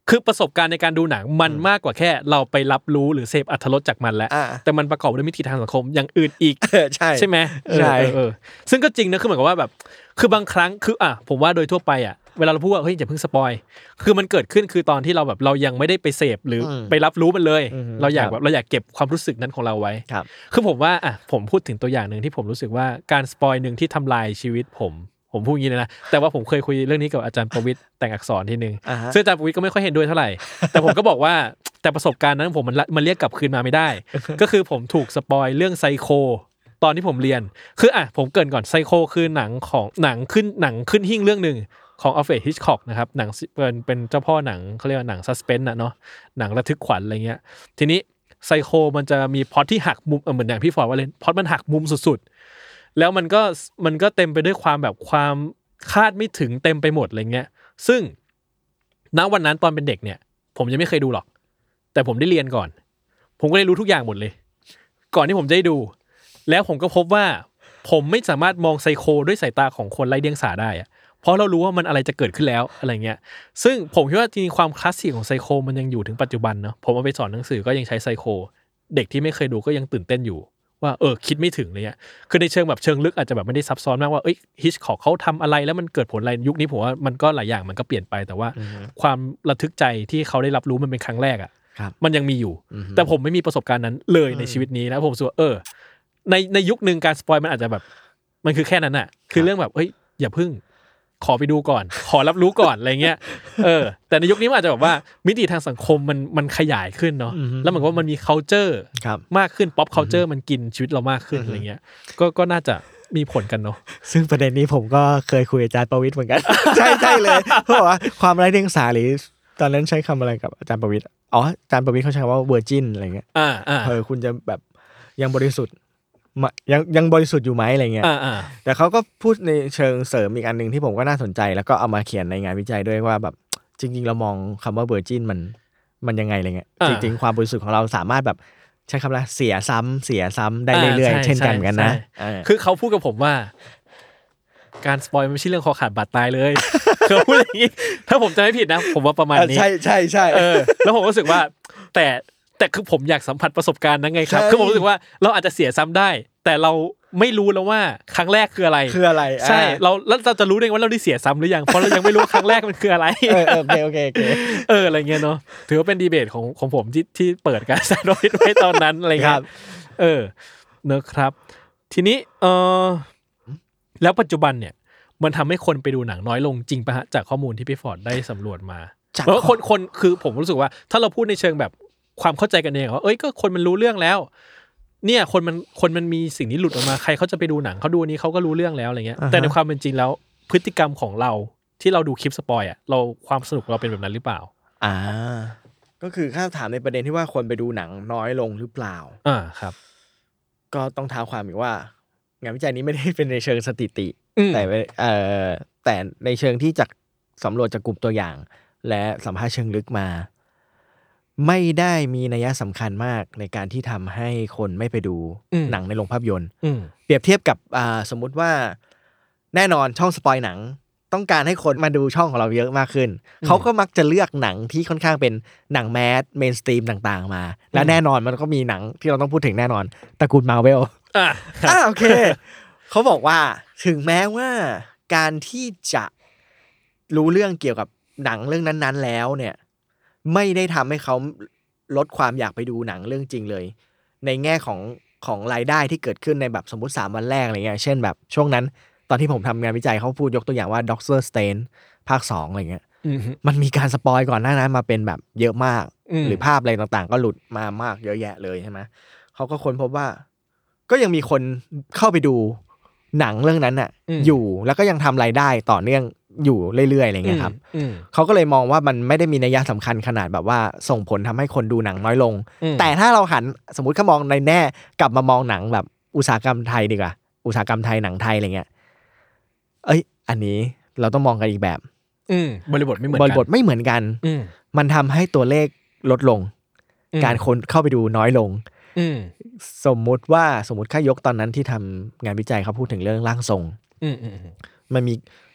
คือประสบการณ์ในการดูหนังมันมากกว่าแค่เราไปรับรู้หรือเสพอรรถรสจากมันแล้วแต่มันประกอบด้วยมิติทางสังคมอย่างอื่นอีกใช่ใช่ไหมใช่เออซึ่งก็จริงนะคือเหมือนกับว่าแบบคือบางครั้งคืออ่ะผมว่าโดยทั่วไปอ่ะเวลาเราพูดว่าเฮ้ยอย่าเพิ่งสปอยคือมันเกิดขึ้นคือตอนที่เราแบบเรายังไม่ได้ไปเสพหรือไปรับรู้มันเลยเราอยากแบบเราอยากเก็บความรู้สึกนั้นของเราไว้คือผมว่าอ่ะผมพูดถึงตัวอย่างนึงที่ผมรู้สึกว่าการสปอยนึงที่ทำลายชีวิตผมผมพูดอย่างนี้เลยนะแต่ว่าผมเคยคุยเรื่องนี้กับอาจารย์ประวิตรแต่งอักษรทีนึงซึ่งอาจารย์ประวิตรก็ไม่ค่อยเห็นด้วยเท่าไหร่แต่ผมก็บอกว่าแต่ประสบการณ์นั้นผมมันมันเรียกกลับคืนมาไม่ได้ก็คือผมถูกสปอยเรื่องไซโคตอนที่ผมเรียนคืออ่ะผมเกริ่นก่อนไซโคคือหนังของหนังขึ้นหนังขึ้นหิ้งเรื่องนึงของอัลเฟรดฮิชคอกนะครับหนังเป็นเป็นเจ้าพ่อหนังเขาเรียกว่าหนังซัสเพนส์น่ะเนาะหนังระทึกขวัญอะไรเงี้ยทีนี้ไซโคมันจะมีพล็อตที่หักมุมเหมือนอย่างพี่ฟอร์ดว่าเล่นพล็อตมันหักมุมสุดๆแล้วมันก็มันก็เต็มไปด้วยความแบบความคาดไม่ถึงเต็มไปหมดอะไรเงี้ยซึ่งณวันนั้นตอนเป็นเด็กเนี่ยผมยังไม่เคยดูหรอกแต่ผมได้เรียนก่อนผมก็เลยรู้ทุกอย่างหมดเลยก่อนที่ผมจะได้ดูแล้วผมก็พบว่าผมไม่สามารถมองไซโคด้วยสายตาของคนไร้เดียงสาได้อะเพราะเรารู้ว่ามันอะไรจะเกิดขึ้นแล้วอะไรเงี้ยซึ่งผมคิดว่าจริงๆความคลาสสิกของไซโคมันยังอยู่ถึงปัจจุบันเนาะผมเอาไปสอนหนังสือก็ยังใช้ไซโคเด็กที่ไม่เคยดูก็ยังตื่นเต้นอยู่ว่าเออคิดไม่ถึงเลยอ่ะคือในเชิงแบบเชิงลึกอาจจะแบบไม่ได้ซับซ้อนมากว่าเอ้ยฮิชคอกเขาทำอะไรแล้วมันเกิดผลอะไรยุคนี้ผมว่ามันก็หลายอย่างมันก็เปลี่ยนไปแต่ว่าความระทึกใจที่เขาได้รับรู้มันเป็นครั้งแรกอ่ะมันยังมีอยู่แต่ผมไม่มีประสบการณ์นั้นเลยในชีวิตนี้แล้วผมรู้สึกว่าเออในในยุคนึงการสปอยมันอาจจะแบบมันคือแค่นั้นน่ะคือเรื่องแบบเฮ้ยอย่าพึ่งขอไปดูก่อนขอรับรู้ก่อนอะไรเงี้ยเออแต่ในยุคนี้มันอาจจะแบบว่ามิติทางสังคมมันมันขยายขึ้นเนาะแล้วเหมือนว่ามันมี culture มากขึ้น pop culture มันกินชีวิตเรามากขึ้นอะไรเงี้ยก็ก็น่าจะมีผลกันเนาะซึ่งประเด็นนี้ผมก็เคยคุยกับอาจารย์ประวิตรเหมือนกัน ใช่ใช่เลยเพราะว่าความไร้เดียงสาหรือตอนนั้นใช้คำอะไรกับอาจารย์ประวิตรอ๋ออาจารย์ประวิตรเขาใช้คำว่า virgin อะไรเงี้ยอ่าอ่าเออคุณจะแบบยังบริสุทธิ์ยังยังบริสุทธิ์อยู่ไหมอะไรเงี้ยแต่เขาก็พูดในเชิงเสริมอีกอันนึงที่ผมก็น่าสนใจแล้วก็เอามาเขียนในงานวิจัยด้วยว่าแบบจริงๆเรามองคำว่า virgin มันมันยังไงอะไรเงี้ยจริงๆความบริสุทธิ์ของเราสามารถแบบใช้คำว่าเสียซ้ำเสียซ้ำได้เรื่อยๆเช่นกันกันนะคือเขาพูดกับผมว่าการสปอยไม่ใช่เรื่องคอขาดบาดตายเลยเขาพูดอย่างนี้ถ้าผมจำไม่ผิดนะผมว่าประมาณนี้ใช่ใช่ใช่เออแล้วผมรู้สึกว่าแต่แต่คือผมอยากสัมผัสประสบการณ์นั้นไงครับคือผมรู้สึกว่าเราอาจจะเสียซ้ำได้แต่เราไม่รู้แล้วว่าครั้งแรกคืออะไรคืออะไรใช่เราแล้วเราจะรู้ได้ว่าเราได้เสียซ้ำหรือยังเพราะเรายังไม่รู้ครั้งแรกมันคืออะไรเออโอเคโอเคโอเคเอออะไรเงี้ยเนาะถือว่าเป็นดีเบตของของผมที่ที่เปิดการสอนไว้ตอนนั้นอะไรเงี้ยเออเนอะครับทีนี้เออแล้วปัจจุบันเนี่ยมันทำให้คนไปดูหนังน้อยลงจริงป่ะฮะจากข้อมูลที่พี่ฟอร์ดได้สำรวจมาเพราะคนคนคือผมรู้สึกว่าถ้าเราพูดในเชิงแบบความเข้าใจกันเองว่าเอ้ยก็คนมันรู้เรื่องแล้วเนี่ยคนมันคนมันมีสิ่งนี้หลุดออกมาใครเขาจะไปดูหนังเขาดูนี้เขาก็รู้เรื่องแล้วอะไรเงี้ยแต่ในความเป็นจริงแล้วพฤติกรรมของเราที่เราดูคลิปสปอยอ่ะเราความสนุกเราเป็นแบบนั้นหรือเปล่าอ่าก็คือถ้าถามในประเด็นที่ว่าคนไปดูหนังน้อยลงหรือเปล่าอ่าครับก็ต้องท้าความอีกว่างานวิจัยนี้ไม่ได้เป็นในเชิงสถิติแต่เอ่อแต่ในเชิงที่จากสำรวจจากกลุ่มตัวอย่างและสัมภาษณ์เชิงลึกมาไม่ได้มีนัยสำคัญมากในการที่ทำให้คนไม่ไปดูหนังในโรงภาพยนตร์เปรียบเทียบกับสมมุติว่าแน่นอนช่องสปอยหนังต้องการให้คนมาดูช่องของเราเยอะมากขึ้นเขาก็มักจะเลือกหนังที่ค่อนข้างเป็นหนังแมสเมนสตรีมต่างๆมาและแน่นอนมันก็มีหนังที่เราต้องพูดถึงแน่นอนตระกูล Marvel อ่าอ่าโอเคเขาบอกว่าถึงแม้ว่าการที่จะรู้เรื่องเกี่ยวกับหนังเรื่องนั้นๆแล้วเนี่ยไม่ได้ทำให้เขาลดความอยากไปดูหนังเรื่องจริงเลยในแง่ของของรายได้ที่เกิดขึ้นในแบบสมมุติสามวันแรกอะไรเงี้ยเช่นแบบช่วงนั้นตอนที่ผมทำงานวิจัยเขาพูดยกตัวอย่างว่า ด็อกเตอร์ Strange ภาคสองอะไรเงี้ยมันมีการสปอยก่อนหน้านั้นมาเป็นแบบเยอะมากหรือภาพอะไรต่างๆก็หลุดมามากเยอะแยะเลยใช่ไหมเขาก็ค้นพบว่าก็ยังมีคนเข้าไปดูหนังเรื่องนั้นน่ะอยู่แล้วก็ยังทำรายได้ต่อเนื่องอยู่เรื่อยๆอะไรเงี้ยครับเขาก็เลยมองว่ามันไม่ได้มีนัยสำคัญขนาดแบบว่าส่งผลทำให้คนดูหนังน้อยลงแต่ถ้าเราหันสมมติเขามองในแน่กลับมามองหนังแบบอุตสาหกรรมไทยดีกว่าอุตสาหกรรมไทยหนังไทยอะไรเงี้ยเอ้ยอันนี้เราต้องมองกันอีกแบบบริบทไม่เหมือนกันบริบทไม่เหมือนกันมันทำให้ตัวเลขลดลงการคนเข้าไปดูน้อยลงสมมุติว่าสมมติค่ายกตอนนั้นที่ทำงานวิจัยเขาพูดถึงเรื่องร่างทรงมันมี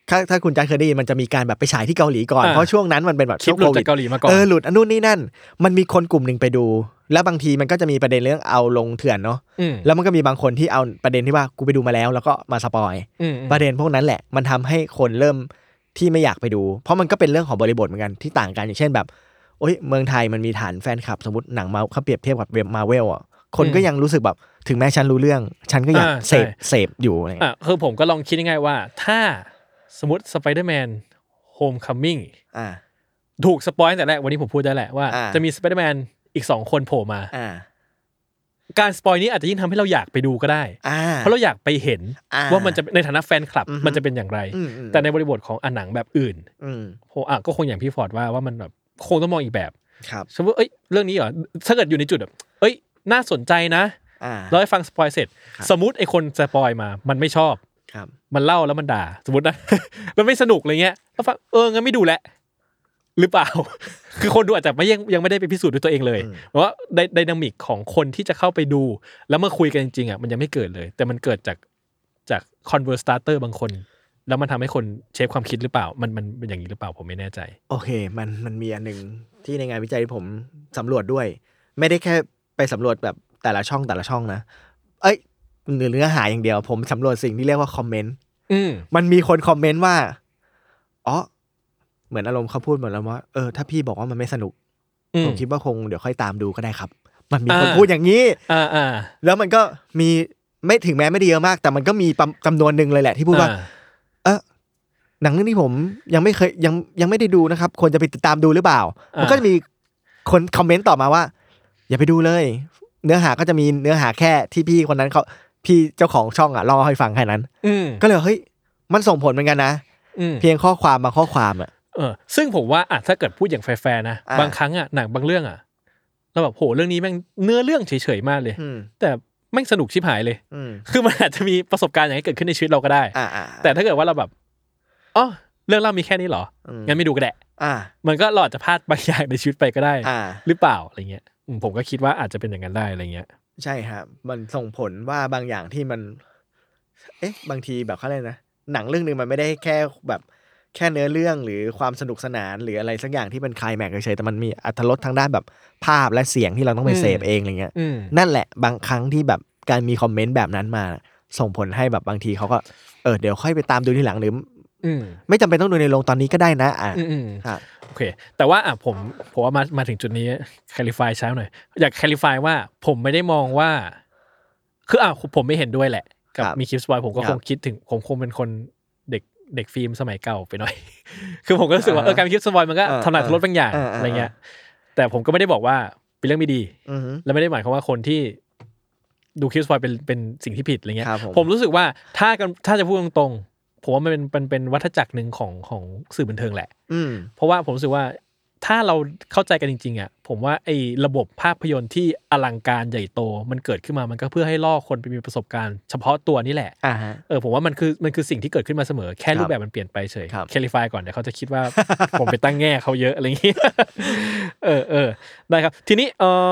ถ้าถ้าคุณจันเคยได้ยินมันจะมีการแบบไปฉายที่เกาหลีก่อนเพราะช่วงนั้นมันเป็นแบบช่วงโควิดเกาหลีมาก่อนเออหลุดอันนู้นนี่นั่นมันมีคนกลุ่มนึงไปดูแล้วบางทีมันก็จะมีประเด็นเรื่องเอาลงเถื่อนเนาะแล้วมันก็มีบางคนที่เอาประเด็นที่ว่ากูไปดูมาแล้วแล้วก็มาสปอยประเด็นพวกนั้นแหละมันทำให้คนเริ่มที่ไม่อยากไปดูเพราะมันก็เป็นเรื่องของบริบทเหมือนกันที่ต่างกันอย่างเช่นแบบโอ๊ยเมืองไทยมันมีฐานแฟนคลับสมมติหนังมาเขาเปรียบเทียบกับมาเวลอ่ะคนก็ยังรู้สึกแบบถึงแม้ฉันรู้เรื่องฉันก็อยากเสพเสพอยู่อะไรอ่ะคือผมก็ลองคิดง่ายๆว่าถ้าสมมติ Spider-Man Homecoming อ่าถูกสปอยตั้งแต่แรกวันนี้ผมพูดได้แหละว่าจะมี Spider-Man อีกสองคนโผล่มาการสปอยนี้อาจจะยิ่งทำให้เราอยากไปดูก็ได้เพราะเราอยากไปเห็นว่ามันจะในฐานะแฟนคลับมันจะเป็นอย่างไรแต่ในบริบทของอันหนังแบบอื่นโหอ่ะก็คงอย่างพี่ฟอร์ดว่าว่ามันแบบคงต้องมองอีกแบบสมมติเอ้ยเรื่องนี้เหรอถ้าเกิดอยู่ในจุดแบบเอ้ยน่าสนใจนะแล้วให้ฟังสปอยเสร็จสมมุติไอ้คนสปอยมามันไม่ชอบมันเล่าแล้วมันด่าสมมตินะมันไม่สนุกอะไรเงี้ยแล้วฟังเอองั้นไม่ดูแหละหรือเปล่า คือคนดูอาจจะไม่ยังยังไม่ได้ไปพิสูจน์ด้วยตัวเองเลยเพราะว่าไดนามิกของคนที่จะเข้าไปดูแล้วเมื่อคุยกันจริงๆอ่ะมันยังไม่เกิดเลยแต่มันเกิดจากจาก converse starter บางคนแล้วมันทำให้คนเชฟความคิดหรือเปล่ามันมันเป็นอย่างนี้หรือเปล่าผมไม่แน่ใจโอเคมันมันมีอันนึงที่ในงานวิจัยผมสำรวจด้วยไม่ได้แค่ไปสำรวจแบบแต่ละช่องแต่ละช่องนะเอ้ยเนื้อหาอย่างเดียวผมสำรวจสิ่งที่เรียกว่าคอมเมนต์มันมีคนคอมเมนต์ว่าอ๋อเหมือนอารมณ์เขาพูดเหมือนแล้วว่าเออถ้าพี่บอกว่ามันไม่สนุกผมคิดว่าคงเดี๋ยวค่อยตามดูก็ได้ครับมันมีคนพูดอย่างนี้แล้วมันก็มีไม่ถึงแม้ไม่ดีเยอะมากแต่มันก็มีจำนวนนึงเลยแหละที่พูดว่าเออหนังเรื่องนี้ผมยังไม่เคยยังยังไม่ได้ดูนะครับควรจะไปติดตามดูหรือเปล่ามันก็จะมีคนคอมเมนต์ต่อมาว่าอย่าไปดูเลยเนื้อหาก็จะมีเนื้อหาแค่ที่พี่คนนั้นเขาพี่เจ้าของช่องอ่ะเล่าให้ฟังแค่นั้นก็เลยเฮ้ยมันส่งผลเหมือนกันนะเพียงข้อความบางข้อความอ่ะเออซึ่งผมว่าอ่ะถ้าเกิดพูดอย่างแฟร์ๆนะบางครั้งอ่ะหนังบางเรื่องอ่ะเราแบบโหเรื่องนี้แม่งเนื้อเรื่องเฉยๆมากเลยแต่แม่งสนุกชิบหายเลยคือมันอาจจะมีประสบการณ์อย่างนี้เกิดขึ้นในชีวิตเราก็ได้แต่ถ้าเกิดว่าเราแบบอ๋อเรื่องเล่ามีแค่นี้เหรองั้นไม่ดูก็ได้มันก็เราอาจจะพลาดบางอย่างในชีวิตไปก็ได้หรือเปล่าอะไรเงี้ยผมก็คิดว่าอาจจะเป็นอย่างนั้นได้อะไรเงี้ยใช่ครับมันส่งผลว่าบางอย่างที่มันเอ๊ะบางทีแบบเขาเรียกนะหนังเรื่องนึงมันไม่ได้แค่แบบแค่เนื้อเรื่องหรือความสนุกสนานหรืออะไรสักอย่างที่เป็นไคลแม็กซ์เฉยๆแต่มันมีอรรถรสทางด้านแบบภาพและเสียงที่เราต้องไปเสพเองอะไรเงี้ยนั่นแหละบางครั้งที่แบบการมีคอมเมนต์แบบนั้นมาส่งผลให้แบบบางทีเขาก็เออเดี๋ยวค่อยไปตามดูทีหลังหรือไม่จำเป็นต้องดูในโรงตอนนี้ก็ได้นะอ่ะโอเคแต่ว่าอ่ะผมผมว่ามามาถึงจุดนี้แคลิฟายช้าหน่อยอยากแคลิฟายว่าผมไม่ได้มองว่าคืออ่ะผมไม่เห็นด้วยแหละกับมีคลิปสปอยผมก็คงคิดถึงผมคงเป็นคนเด็กเด็กฟิล์มสมัยเก่าไปหน่อยคือผมก็รู้สึกว่าเออการมีคลิปสปอยมันก็ทำลายรสบางอย่างอะไรเงี้ยแต่ผมก็ไม่ได้บอกว่าเป็นเรื่องไม่ดีและไม่ได้หมายความว่าคนที่ดูคลิปสปอยเป็นเป็นสิ่งที่ผิดอะไรเงี้ยผมรู้สึกว่าถ้าถ้าจะพูดตรงๆผมว่ามันเป็นเป็นเป็นวัฏจักรนึงของของสื่อบันเทิงแหละเพราะว่าผมรู้สึกว่าถ้าเราเข้าใจกันจริงๆอ่ะผมว่าไอ้ระบบภาพยนตร์ที่อลังการใหญ่โตมันเกิดขึ้นมามันก็เพื่อให้ล่อคนไปมีประสบการณ์เฉพาะตัวนี่แหละเออผมว่ามันคือมันคือสิ่งที่เกิดขึ้นมาเสมอแค่รูปแบบมันเปลี่ยนไปเฉยแคลิฟายก่อนเดี๋ยวเขาจะคิดว่า ผมไปตั้งแง่เขาเยอะอะไรอย่างงี้ เออเออได้ครับทีนี้เออ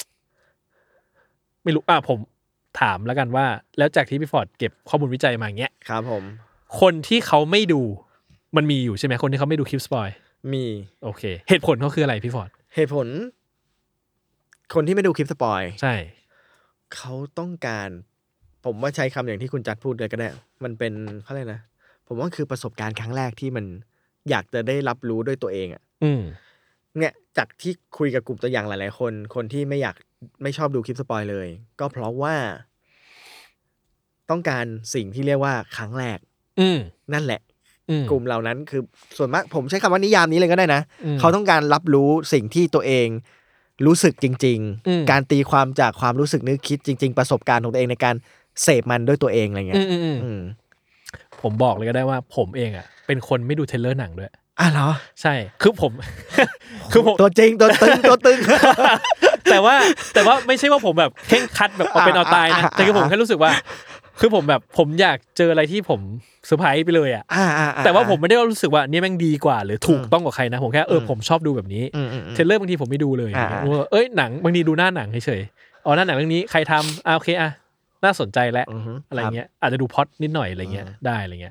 ไม่รู้อ่ะผมถามแล้วกันว่าแล้วจากที่พี่ฟอร์ดเก็บข้อมูลวิจัยมาอย่างเงี้ยครับผมคนที่เขาไม่ดูมันมีอยู่ใช่ไหมคนที่เขาไม่ดูคลิปสปอยมีโอเคเหตุผลเขาคืออะไรพี่ฟอร์ดเหตุผลคนที่ไม่ดูคลิปสปอยใช่เขาต้องการผมว่าใช้คำอย่างที่คุณจัดพูดเลยก็ได้มันเป็นเขาเรียกนะผมว่าคือประสบการณ์ครั้งแรกที่มันอยากจะได้รับรู้ด้วยตัวเองอ่ะเนี่ยจากที่คุยกับกลุ่มตัวอย่างหลายๆคนคนที่ไม่อยากไม่ชอบดูคลิปสปอยเลยก็เพราะว่าต้องการสิ่งที่เรียกว่าครั้งแรกนั่นแหละกลุ่มเหล่านั้นคือส่วนมากผมใช้คำว่านิยามนี้เลยก็ได้นะเขาต้องการรับรู้สิ่งที่ตัวเองรู้สึกจริงๆการตีความจากความรู้สึกนึกคิดจริงๆประสบการณ์ของตัวเองในการเสพมันด้วยตัวเองอะไรเงี้ยผมบอกเลยก็ได้ว่าผมเองอ่ะเป็นคนไม่ดูเทรลเลอร์หนังด้วยอ่ะเหรอใช่คือผมคือผมตัวจริงตัวตึงตัวตึงแต่ว่าแต่ว่าไม่ใช่ว่าผมแบบเข่งคัดแบบเอาเป็นเอาตายนะแต่คือผมแค่รู้สึกว่าคือผมแบบผมอยากเจออะไรที่ผมเซอร์ไพรส์ไปเลยอ่ะแต่ว่าผมไม่ได้รู้สึกว่านี่แม่งดีกว่าหรือถูกต้องกว่าใครนะผมแค่เออผมชอบดูแบบนี้เทรลเลอร์บางทีผมไม่ดูเลยว่าเอ้ยหนังบางทีดูหน้าหนังเฉยๆอ๋อหน้าหนังเรื่องนี้ใครทำอ่ะโอเคอ่ะน่าสนใจแล้วอะไรเงี้ยอาจจะดูพล็อตนิดหน่อยอะไรเงี้ยได้อะไรเงี้ย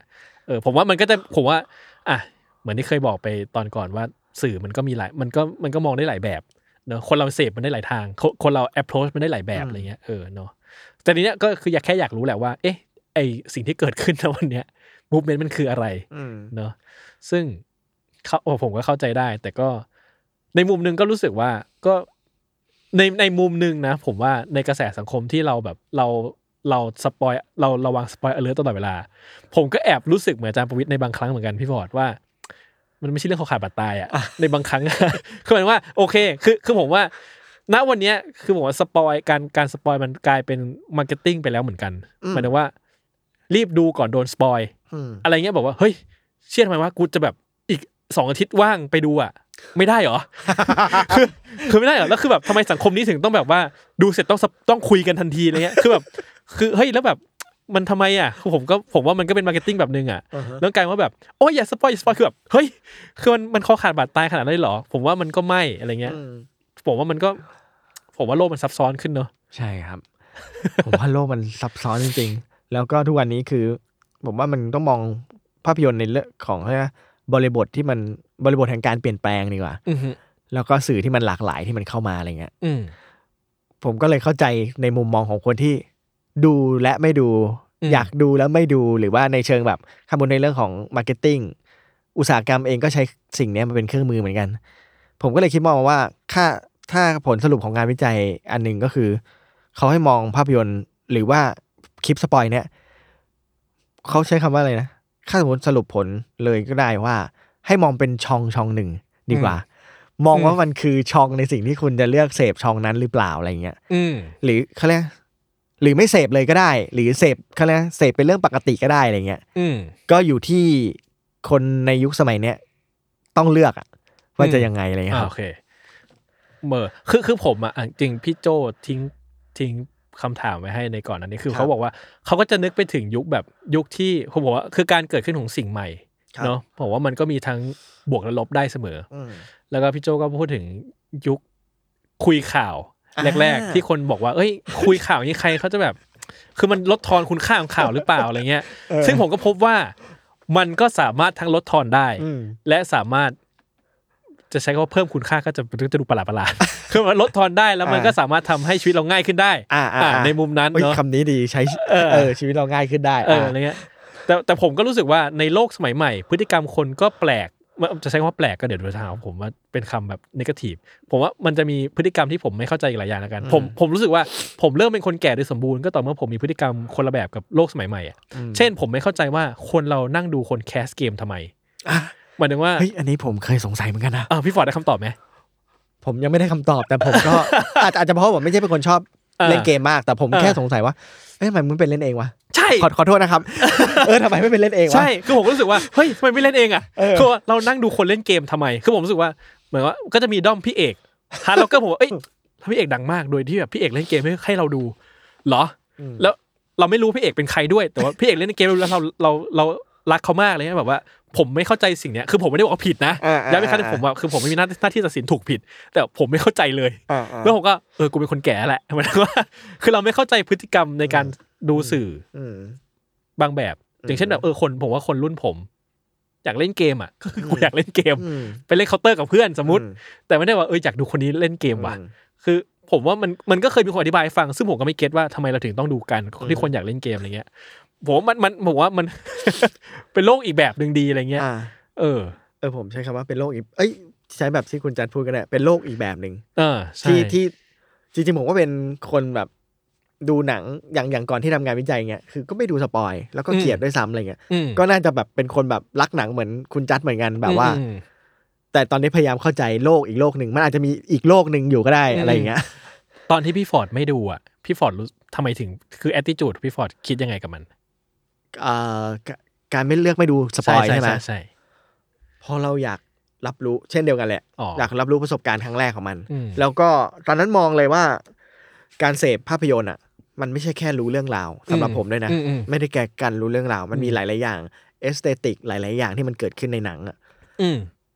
เออผมว่ามันก็จะผมว่าอ่ะเหมือนที่เคยบอกไปตอนก่อนว่าสื่อมันก็มีหลายมันก็มันก็มองได้หลายแบบเนอะคนเราเสพมันได้หลายทางคนเรา approach มันได้หลายแบบอะไรเงี้ยเออเนาะแต่ทีเนี้ยก็คืออยากแค่อยากรู้แหละว่าเอ๊ะไอสิ่งที่เกิดขึ้นในวันเนี้ย movement มันคืออะไรเนาะซึ่งเขาผมก็เข้าใจได้แต่ก็ในมุมนึงก็รู้สึกว่าก็ในในมุมนึงนะผมว่าในกระแสสังคมที่เราแบบเราเราสปอยเราระวังสปอยอเลิร์ตตลอดเวลาผมก็แอบรู้สึกเหมือนอาจารย์ประวิตรในบางครั้งเหมือนกันพี่ฟอร์ดว่ามันไม่ใช่เรื่องเขาขาดบาดตายอ่ะในบางครั้งคือหมายว่าโอเคคือคือผมว่าณวันนี้คือผมว่าสปอยการการสปอยมันกลายเป็นมาร์เก็ตติ้งไปแล้วเหมือนกันหมายถึงว่ารีบดูก่อนโดนสปอยอะไรเงี้ยบอกว่าเฮ้ยเชื่อทำไมว่ากูจะแบบอีกสองอาทิตย์ว่างไปดูอ่ะไม่ได้เหรอ คือคือไม่ได้เหรอแล้วคือแบบทำไมสังคมนี้ถึงต้องแบบว่าดูเสร็จต้องต้องคุยกันทันทีอะไรเงี้ยคือแบบคือเฮ้ยแล้วแบบมันทำไมอ่ะผมก็ผมว่ามันก็เป็นมาร์เก็ตติ้งแบบนึงอ่ะแล้วกลายว่าแบบโอ้ยอย่าสปอยอย่าสปอยคือแบบเฮ้ยคือมันมันคอขาดบาดตายขนาดนั้นเลยเหรอผมว่ามันก็ไม่อะไรเงี้ยผมว่ามันก็ผมว่าโลกมันซับซ้อนขึ้นเนอะใช่ครับ ผมว่าโลกมันซับซ้อนจริงๆแล้วก็ทุกวันนี้คือผมว่ามันต้องมองภาพยนตร์ในเรื่องของอะไรนะบริบทที่มันบริบทแห่งการเปลี่ยนแปลงดีกว่าแล้วก็สื่อที่มันหลากหลายที่มันเข้ามาอะไรเงี้ยผมก็เลยเข้าใจในมุมมองของคนที่ดูและไม่ดูอยากดูแล้วไม่ดูหรือว่าในเชิงแบบคำพูดในเรื่องของมาร์เก็ตติ้งอุตสาหกรรมเองก็ใช้สิ่งนี้มาเป็นเครื่องมือเหมือนกันผมก็เลยคิดมองว่าถ้าถ้าผลสรุปของงานวิจัยอันหนึ่งก็คือเขาให้มองภาพยนตร์หรือว่าคลิปสปอยเนี่ยเขาใช้คำว่าอะไรนะถ้าสมมติสรุปผลเลยก็ได้ว่าให้มองเป็นช่องช่องหนึ่งดีกว่ามองว่ามันคือช่องในสิ่งที่คุณจะเลือกเสพช่องนั้นหรือเปล่าอะไรเงี้ยหรือเขาเรียกหรือไม่เสพเลยก็ได้หรือเสพเขาเรียกเสพเป็นเรื่องปกติก็ได้อะไรเงี้ยก็อยู่ที่คนในยุคสมัยเนี้ยต้องเลือกอะว่าจะยังไงอะไรเงี้ยโอเคเมื่อคือคือผมอ่ะจริงพี่โจทิ้งทิ้งคำถามไว้ให้ในก่อนอันนี้คือเขาบอกว่าเขาก็จะนึกไปถึงยุคแบบยุคที่ผมบอกว่าคือการเกิดขึ้นของสิ่งใหม่เนาะผมว่ามันก็มีทั้งบวกและลบได้เสมอแล้วก็พี่โจก็พูดถึงยุคคุยข่าวแรกๆที่คนบอกว่าเอ้ยคุยข่าวนี้ใครเขาจะแบบคือมันลดทอนคุณค่าของข่าวหรือเปล่าอะไรเงี้ยซึ่งผมก็พบว่ามันก็สามารถทั้งลดทอนได้และสามารถจะใช้คำว่าเพิ่มคุณค่าก็จะจะดูประหลาดประหลาดคือมันลดทอนได้แล้วมันก็สามารถทำให้ชีวิตเราง่ายขึ้นได้ในมุมนั้นเนาะคำนี้ดีใช้เออชีวิตเราง่ายขึ้นได้เอออะไรเงี้ยแต่แต่ผมก็รู้สึกว่าในโลกสมัยใหม่พฤติกรรมคนก็แปลกจะใช้คำว่าแปลกก็เดี๋ยวดูทางผมว่าเป็นคำแบบเนกาทีฟผมว่ามันจะมีพฤติกรรมที่ผมไม่เข้าใจอีกหลายอย่างแล้วกันผมผมรู้สึกว่าผมเริ่มเป็นคนแก่โดยสมบูรณ์ก็ต่อเมื่อผมมีพฤติกรรมคนละแบบกับโลกสมัยใหม่อ่ะเช่นผมไม่เข้าใจว่าคนเรานั่งดูคนแคสเกมทำไมหมายถึงว่าเฮ้ยอันนี้ผมเคยสงสัยเหมือนกันนะอ้าวพี่ฟอร์ดได้คำตอบไหมผมยังไม่ได้คำตอบแต่ผมก็ อาจจะอาจจะเพราะผมไม่ใช่เป็นคนชอบเล่นเกมมากแต่ผมแค่สงสัยว่าเอ้ยทำไมมึงเป็นเล่นเองวะใช่ขอขอโทษนะครับเออทำไมไม่เป็นเล่นเองวะใช่คือผมรู้สึกว่าเฮ้ยทำไมไม่เล่นเองอ่ะคือเรานั่งดูคนเล่นเกมทำไมคือผมรู้สึกว่าเหมือนว่าก็จะมีด้อมพี่เอกฮาร์ดล็อกเกอร์ผมว่าเอ้ยพี่เอกดังมากโดยที่แบบพี่เอกเล่นเกมให้ให้เราดูเหรอแล้วเราไม่รู้พี่เอกเป็นใครด้วยแต่ว่าพี่เอกเล่นเกมแล้วเราเราเรารักเขามากเลยนะแบบว่าผมไม่เข้าใจสิ่งเนี้ยคือผมไม่ได้บอกว่าผิดนะย้ำอีกครั้งนึงผมว่าคือผมไม่มีหน้าหน้าที่ตัดสินถูกผิดแต่ผมไม่เข้าใจเลยแล้วผมก็เออกูเป็นคนแก่แหละหมายถึงว่าคือเราไม่เข้าใจพฤติกรรมในการดูสื่อบางแบบอย่างเช่นแบบเออคนผมว่าคนรุ่นผมอยากเล่นเกมอ่ะก็คือกูอยากเล่นเกมไปเล่นเคาน์เตอร์กับเพื่อนสมมติแต่ไม่ได้ว่าเอออยากดูคนนี้เล่นเกมว่ะคือผมว่ามันมันก็เคยมีคนอธิบายฟังซึ่งผมก็ไม่เก็ตว่าทำไมเราถึงต้องดูกันที่คนอยากเล่นเกมอะไรเงี้ยผมว่ามันมันผมว่ามัน เป็นโลกอีกแบบนึงดีอะไรเงี้ยเออเออผมใช้คำว่าเป็นโลกอีกเอ้ยใช้แบบที่คุณจันพูดกันแหละเป็นโลกอีกแบบนึงเออที่ที่จริงๆผมว่าเป็นคนแบบดูหนังอย่างอย่างก่อนที่ทำงานวิจัยเงี้ยคือก็ไม่ดูสปอยแล้วก็เกลียดด้วยซ้ำอะไรเงี้ยก็น่าจะแบบเป็นคนแบบรักหนังเหมือนคุณจัดเหมือนกันแบบว่าแต่ตอนนี้พยายามเข้าใจโลกอีกโลกนึงมันอาจจะมีอีกโลกนึงอยู่ก็ได้อะไรเงี้ยตอนที่พี่ฟอร์ดไม่ดูอ่ะพี่ฟอร์ดรู้ทำไมถึงคือ attitude พี่ฟอร์ดคิดยังไงกับมันอ่าการไม่เลือกไม่ดูสปอยใช่ไหมใช่พอเราอยากรับรู้เช่นเดียวกันแหละอยากรับรู้ประสบการณ์ครั้งแรกของมันแล้วก็ตอนนั้นมองเลยว่าการเสพภาพยนตร์อ่ะมันไม่ใช่แค่รู้เรื่องราวสำหรับผมด้วยนะไม่ได้แค่การรู้เรื่องราวมันมีหลายๆอย่างเอสเตติกหลายๆอย่างที่มันเกิดขึ้นในหนังอ่ะ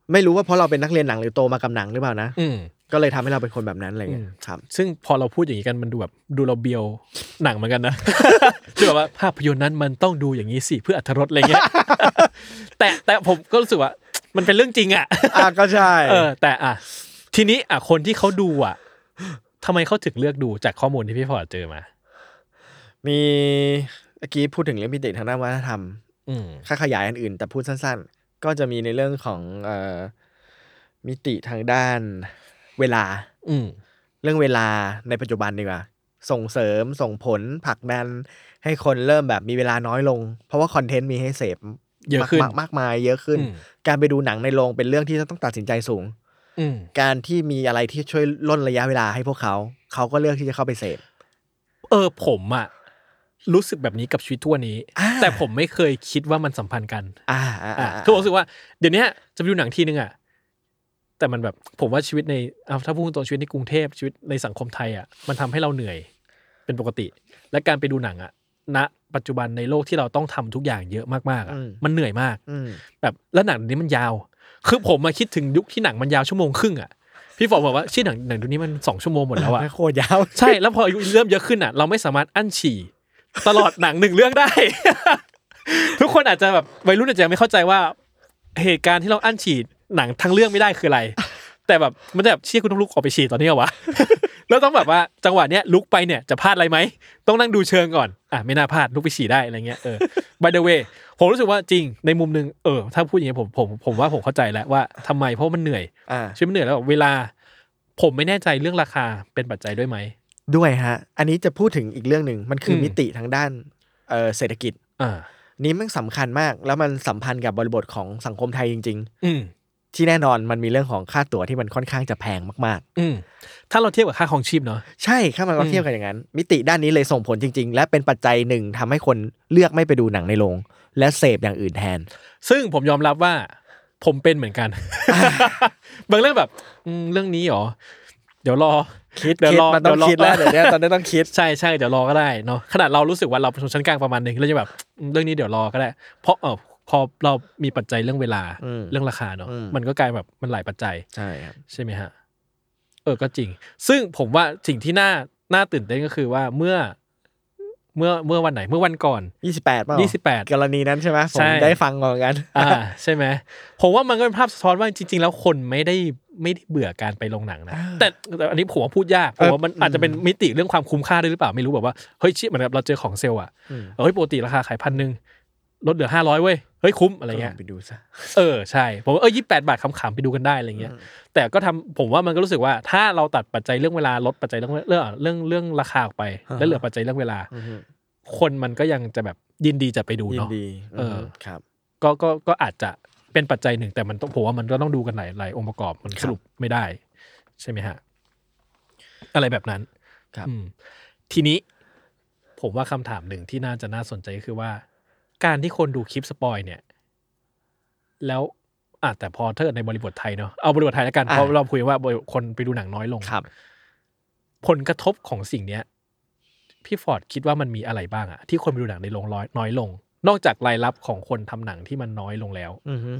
ไม่รู้ว่าเพราะเราเป็นนักเรียนหนังหรือโตมากับหนังหรือเปล่านะก็เลยทำให้เราเป็นคนแบบนั้นอะไรเงี้ยครับซึ่งพอเราพูดอย่างนี้กันมันดูแบบดูเราเบียวหนังเหมือนกันนะคือแบบว่าภาพยนตร์นั้นมันต้องดูอย่างนี้สิเพื่ออรรถรสอะไรเงี้ยแต่แต่ผมก็รู้สึกว่ามันเป็นเรื่องจริงอ่ะอ่ะก็ใช่เออแต่อ่ะทีนี้อ่ะคนที่เขาดูอ่ะทำไมเขาถึงเลือกดูจากข้อมูลที่พี่ฟอร์ดเจอมามีเมื่อกี้พูดถึงเรื่องมิติทางด้านวัฒนธรรมค่าขยายอันอื่นแต่พูดสั้นๆก็จะมีในเรื่องของเอ่อมิติทางด้านเวลาเรื่องเวลาในปัจจุบันดีกว่าส่งเสริมส่งผลผลักดันให้คนเริ่มแบบมีเวลาน้อยลงเพราะว่าคอนเทนต์มีให้เสพเยอะขึ้นมากมายเยอะขึ้นการไปดูหนังในโรงเป็นเรื่องที่ต้องตัดสินใจสูงการที่มีอะไรที่ช่วยล่นระยะเวลาให้พวกเขาเขาก็เลือกที่จะเข้าไปเสพเออผมอะรู้สึกแบบนี้กับชีวิตทั่วนี้แต่ผมไม่เคยคิดว่ามันสัมพันธ์กันอ่าอ่าคือผมรู้สึกว่าเดี๋ยวนี้จะไปดูหนังทีนึงอะแต่มันแบบผมว่าชีวิตในเอาถ้าพูดตรงชีวิตในกรุงเทพชีวิตในสังคมไทยอะมันทำให้เราเหนื่อยเป็นปกติและการไปดูหนังอะณปัจจุบันในโลกที่เราต้องทำทุกอย่างเยอะมากๆอะมันเหนื่อยมากแบบแล้วหนังนี้มันยาวคือผมมาคิดถึงยุคที่หนังมันยาวชั่วโมงครึ่งอ่ะพี่ฟอร์ดบอกว่าชื่อหนังหนังตัวนี้มันสองชั่วโมงหมดแล้วอ่ะโคตรยาวใช่แล้วพออายุเริ่มเยอะขึ้นอ่ะเราไม่สามารถอั้นฉี่ตลอดหนังหนึ่งเรื่องได้ ทุกคนอาจจะแบบวัยรุ่นอาจจะไม่เข้าใจว่าเหตุการณ์ที่เราอั้นฉี่หนังทั้งเรื่องไม่ได้คืออะไรแต่แบบมันจะแบบเชี่ยคุณต้องลุกออกไปฉี่ตอนนี้เหรอวะ แล้วต้องแบบว่าจังหวะเนี้ยลุกไปเนี่ยจะพลาดอะไรไหมต้องนั่งดูเชิงก่อนอ่ะไม่น่าพลาดลุกไปฉี่ได้อะไรเงี้ยเออ by the way ผมรู้สึกว่าจริงในมุมนึงเออถ้าพูดอย่างนี้ผมผมผมว่าผมเข้าใจแล้วว่าทำไมเพราะมันเหนื่อยอ่าชีวิตมันเหนื่อยแล้วเวลาผมไม่แน่ใจเรื่องราคาเป็นปัจจัยด้วยไหมด้วยฮะอันนี้จะพูดถึงอีกเรื่องนึงมันคือมิติทางด้านเออเศรษฐกิจอ่านี้มันสำคัญมากแล้วมันสัมพันธ์กับบริบทของสังคมไทยจริงๆอืมที่แน่นอนมันมีเรื่องของค่าตั๋วที่มันค่อนข้างจะแพงมากๆอืมถ้าเราเทียบกับค่าครองชีพเนาะใช่ถ้ามันเราเทียบกันอย่างนั้นมิติด้านนี้เลยส่งผลจริงๆและเป็นปัจจัยหนึ่งทำให้คนเลือกไม่ไปดูหนังในโรงและเสพอย่างอื่นแทนซึ่งผมยอมรับว่าผมเป็นเหมือนกัน บางเรื่องแบบเรื่องนี้หรอเดี๋ยวรอคิดเดี๋ยวรอมันต้องคิดแล้วเดี๋ยวนี้ตอนนี้ต้องคิดใช่ๆเดี๋ยวรอก็ได้เนาะขนาดเรารู้สึกว่าเราเป็นชนชั้นกลางประมาณนึงเราจะแบบเรื่องนี้เดี๋ยวรอก็ได้เพราะเออพอเรามีปัจจัยเรื่องเวลาเรื่องราคาเนาะมันก็กลายแบบมันหลายปัจจัยใช่ครับใช่ไหมฮะเออก็จริงซึ่งผมว่าสิ่งที่น่าน่าตื่นเต้นก็คือว่าเมื่อเมื่อเมื่อวันไหนเมื่อวันก่อนยี่สิบแปดป่ะยี่สิบแปดกรณีนั้นใช่ไหมผมได้ฟังก่อนกันอ่าใช่ไหมผมว่ามันก็เป็นภาพสะท้อนว่าจริงๆแล้วคนไม่ได้ไม่ได้เบื่อการไปโรงหนังนะแต่แต่อันนี้ผมว่าพูดยากเพราะว่ามันอาจจะเป็นมิติเรื่องความคุ้มค่าด้วยหรือเปล่าไม่รู้แบบว่าเฮ้ยชิเหมือนกับเราเจอของเซลล์อ่ะเฮ้ยปกติราคาขายพันหนึ่งลดเหลือห้าร้อยเว้ยเฮ้ยคุ้มอะไรเงี้ยไปดูซะเออใช่ผมว่าเออยี่สิบแปดบาทขำๆไปดูกันได้อะไรเงี้ยแต่ก็ทำผมว่ามันก็รู้สึกว่าถ้าเราตัดปัจจัยเรื่องเวลาลดปัจจัยเรื่องเรื่องเรื่องเรื่องราคาออกไปแล้วเหลือปัจจัยเรื่องเวลาคนมันก็ยังจะแบบยินดีจะไปดูเนาะเออครับก็ก็ก็อาจจะเป็นปัจจัยหนึ่งแต่มันต้องผมว่ามันก็ต้องดูกันหลายหลายองค์ประกอบมันสรุปไม่ได้ใช่ไหมฮะอะไรแบบนั้นครับทีนี้ผมว่าคำถามหนึ่งที่น่าจะน่าสนใจก็คือว่าการที่คนดูคลิปสปอยเนี่ยแล้วอ่ะแต่พอเทิดในบริบทไทยเนาะเอาบริบทไทยแล้วกันเพราะเราคุยว่าคนไปดูหนังน้อยลงครับผลกระทบของสิ่งเนี้ยพี่ฟอร์ดคิดว่ามันมีอะไรบ้างอะที่คนไปดูหนังในโรงน้อยลงนอกจากรายรับของคนทำหนังที่มันน้อยลงแล้วอือฮึ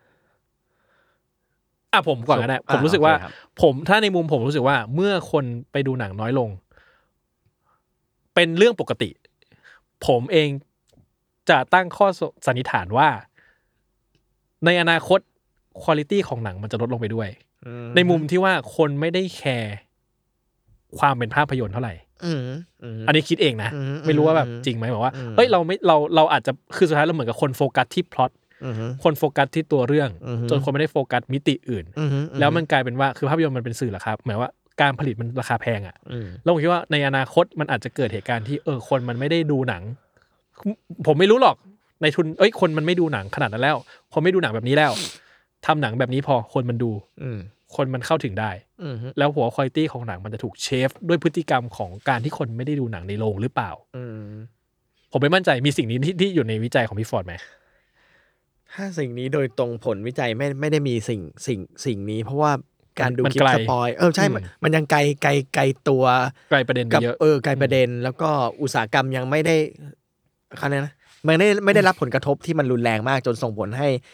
อ่ะผมก่อนก็ได้ผมรู้สึกว่าผมถ้าในมุมผมรู้สึกว่าเมื่อคนไปดูหนังน้อยลงเป็นเรื่องปกติผมเองจะตั้งข้อสันนิษฐานว่าในอนาคตควอลิตี้ของหนังมันจะลดลงไปด้วยในมุมที่ว่าคนไม่ได้แคร์ความเป็นภาพยนตร์เท่าไหร่อันนี้คิดเองนะไม่รู้ว่าแบบจริงไหมบอกว่าเอ้ยเราไม่เราเราอาจจะคือสุดท้ายเราเหมือนกับคนโฟกัสที่พล็อตคนโฟกัสที่ตัวเรื่องจนคนไม่ได้โฟกัสมิติอื่นแล้วมันกลายเป็นว่าคือภาพยนตร์มันเป็นสื่อราคาหมายว่าการผลิตมันราคาแพงอ่ะแล้วผมคิดว่าในอนาคตมันอาจจะเกิดเหตุการณ์ที่เออคนมันไม่ได้ดูหนังผมไม่รู้หรอกในทุนเอ้ยคนมันไม่ดูหนังขนาดนั้นแล้วคนไม่ดูหนังแบบนี้แล้วทำหนังแบบนี้พอคนมันดูคนมันเข้าถึงได้แล้วหัวควอลิตี้ของหนังมันจะถูกเชฟด้วยพฤติกรรมของการที่คนไม่ได้ดูหนังในโรงหรือเปล่าผมไม่มั่นใจมีสิ่งนี้ที่ที่อยู่ในวิจัยของพี่ฟอร์ดไหมถ้าสิ่งนี้โดยตรงผลวิจัยไม่ไม่ได้มีสิ่งสิ่งสิ่งนี้เพราะว่าการดูคลิปสปอยเออใช่มันยังไกลไกลไกลตัวไกลประเด็นเยอะเออไกลประเด็นแล้วก็อุตสาหกรรมยังไม่ได้เขาเรียกนะมันไม่ได้ไม่ได้รับผลกระทบที่มันรุนแรงมากจนส่งผลให้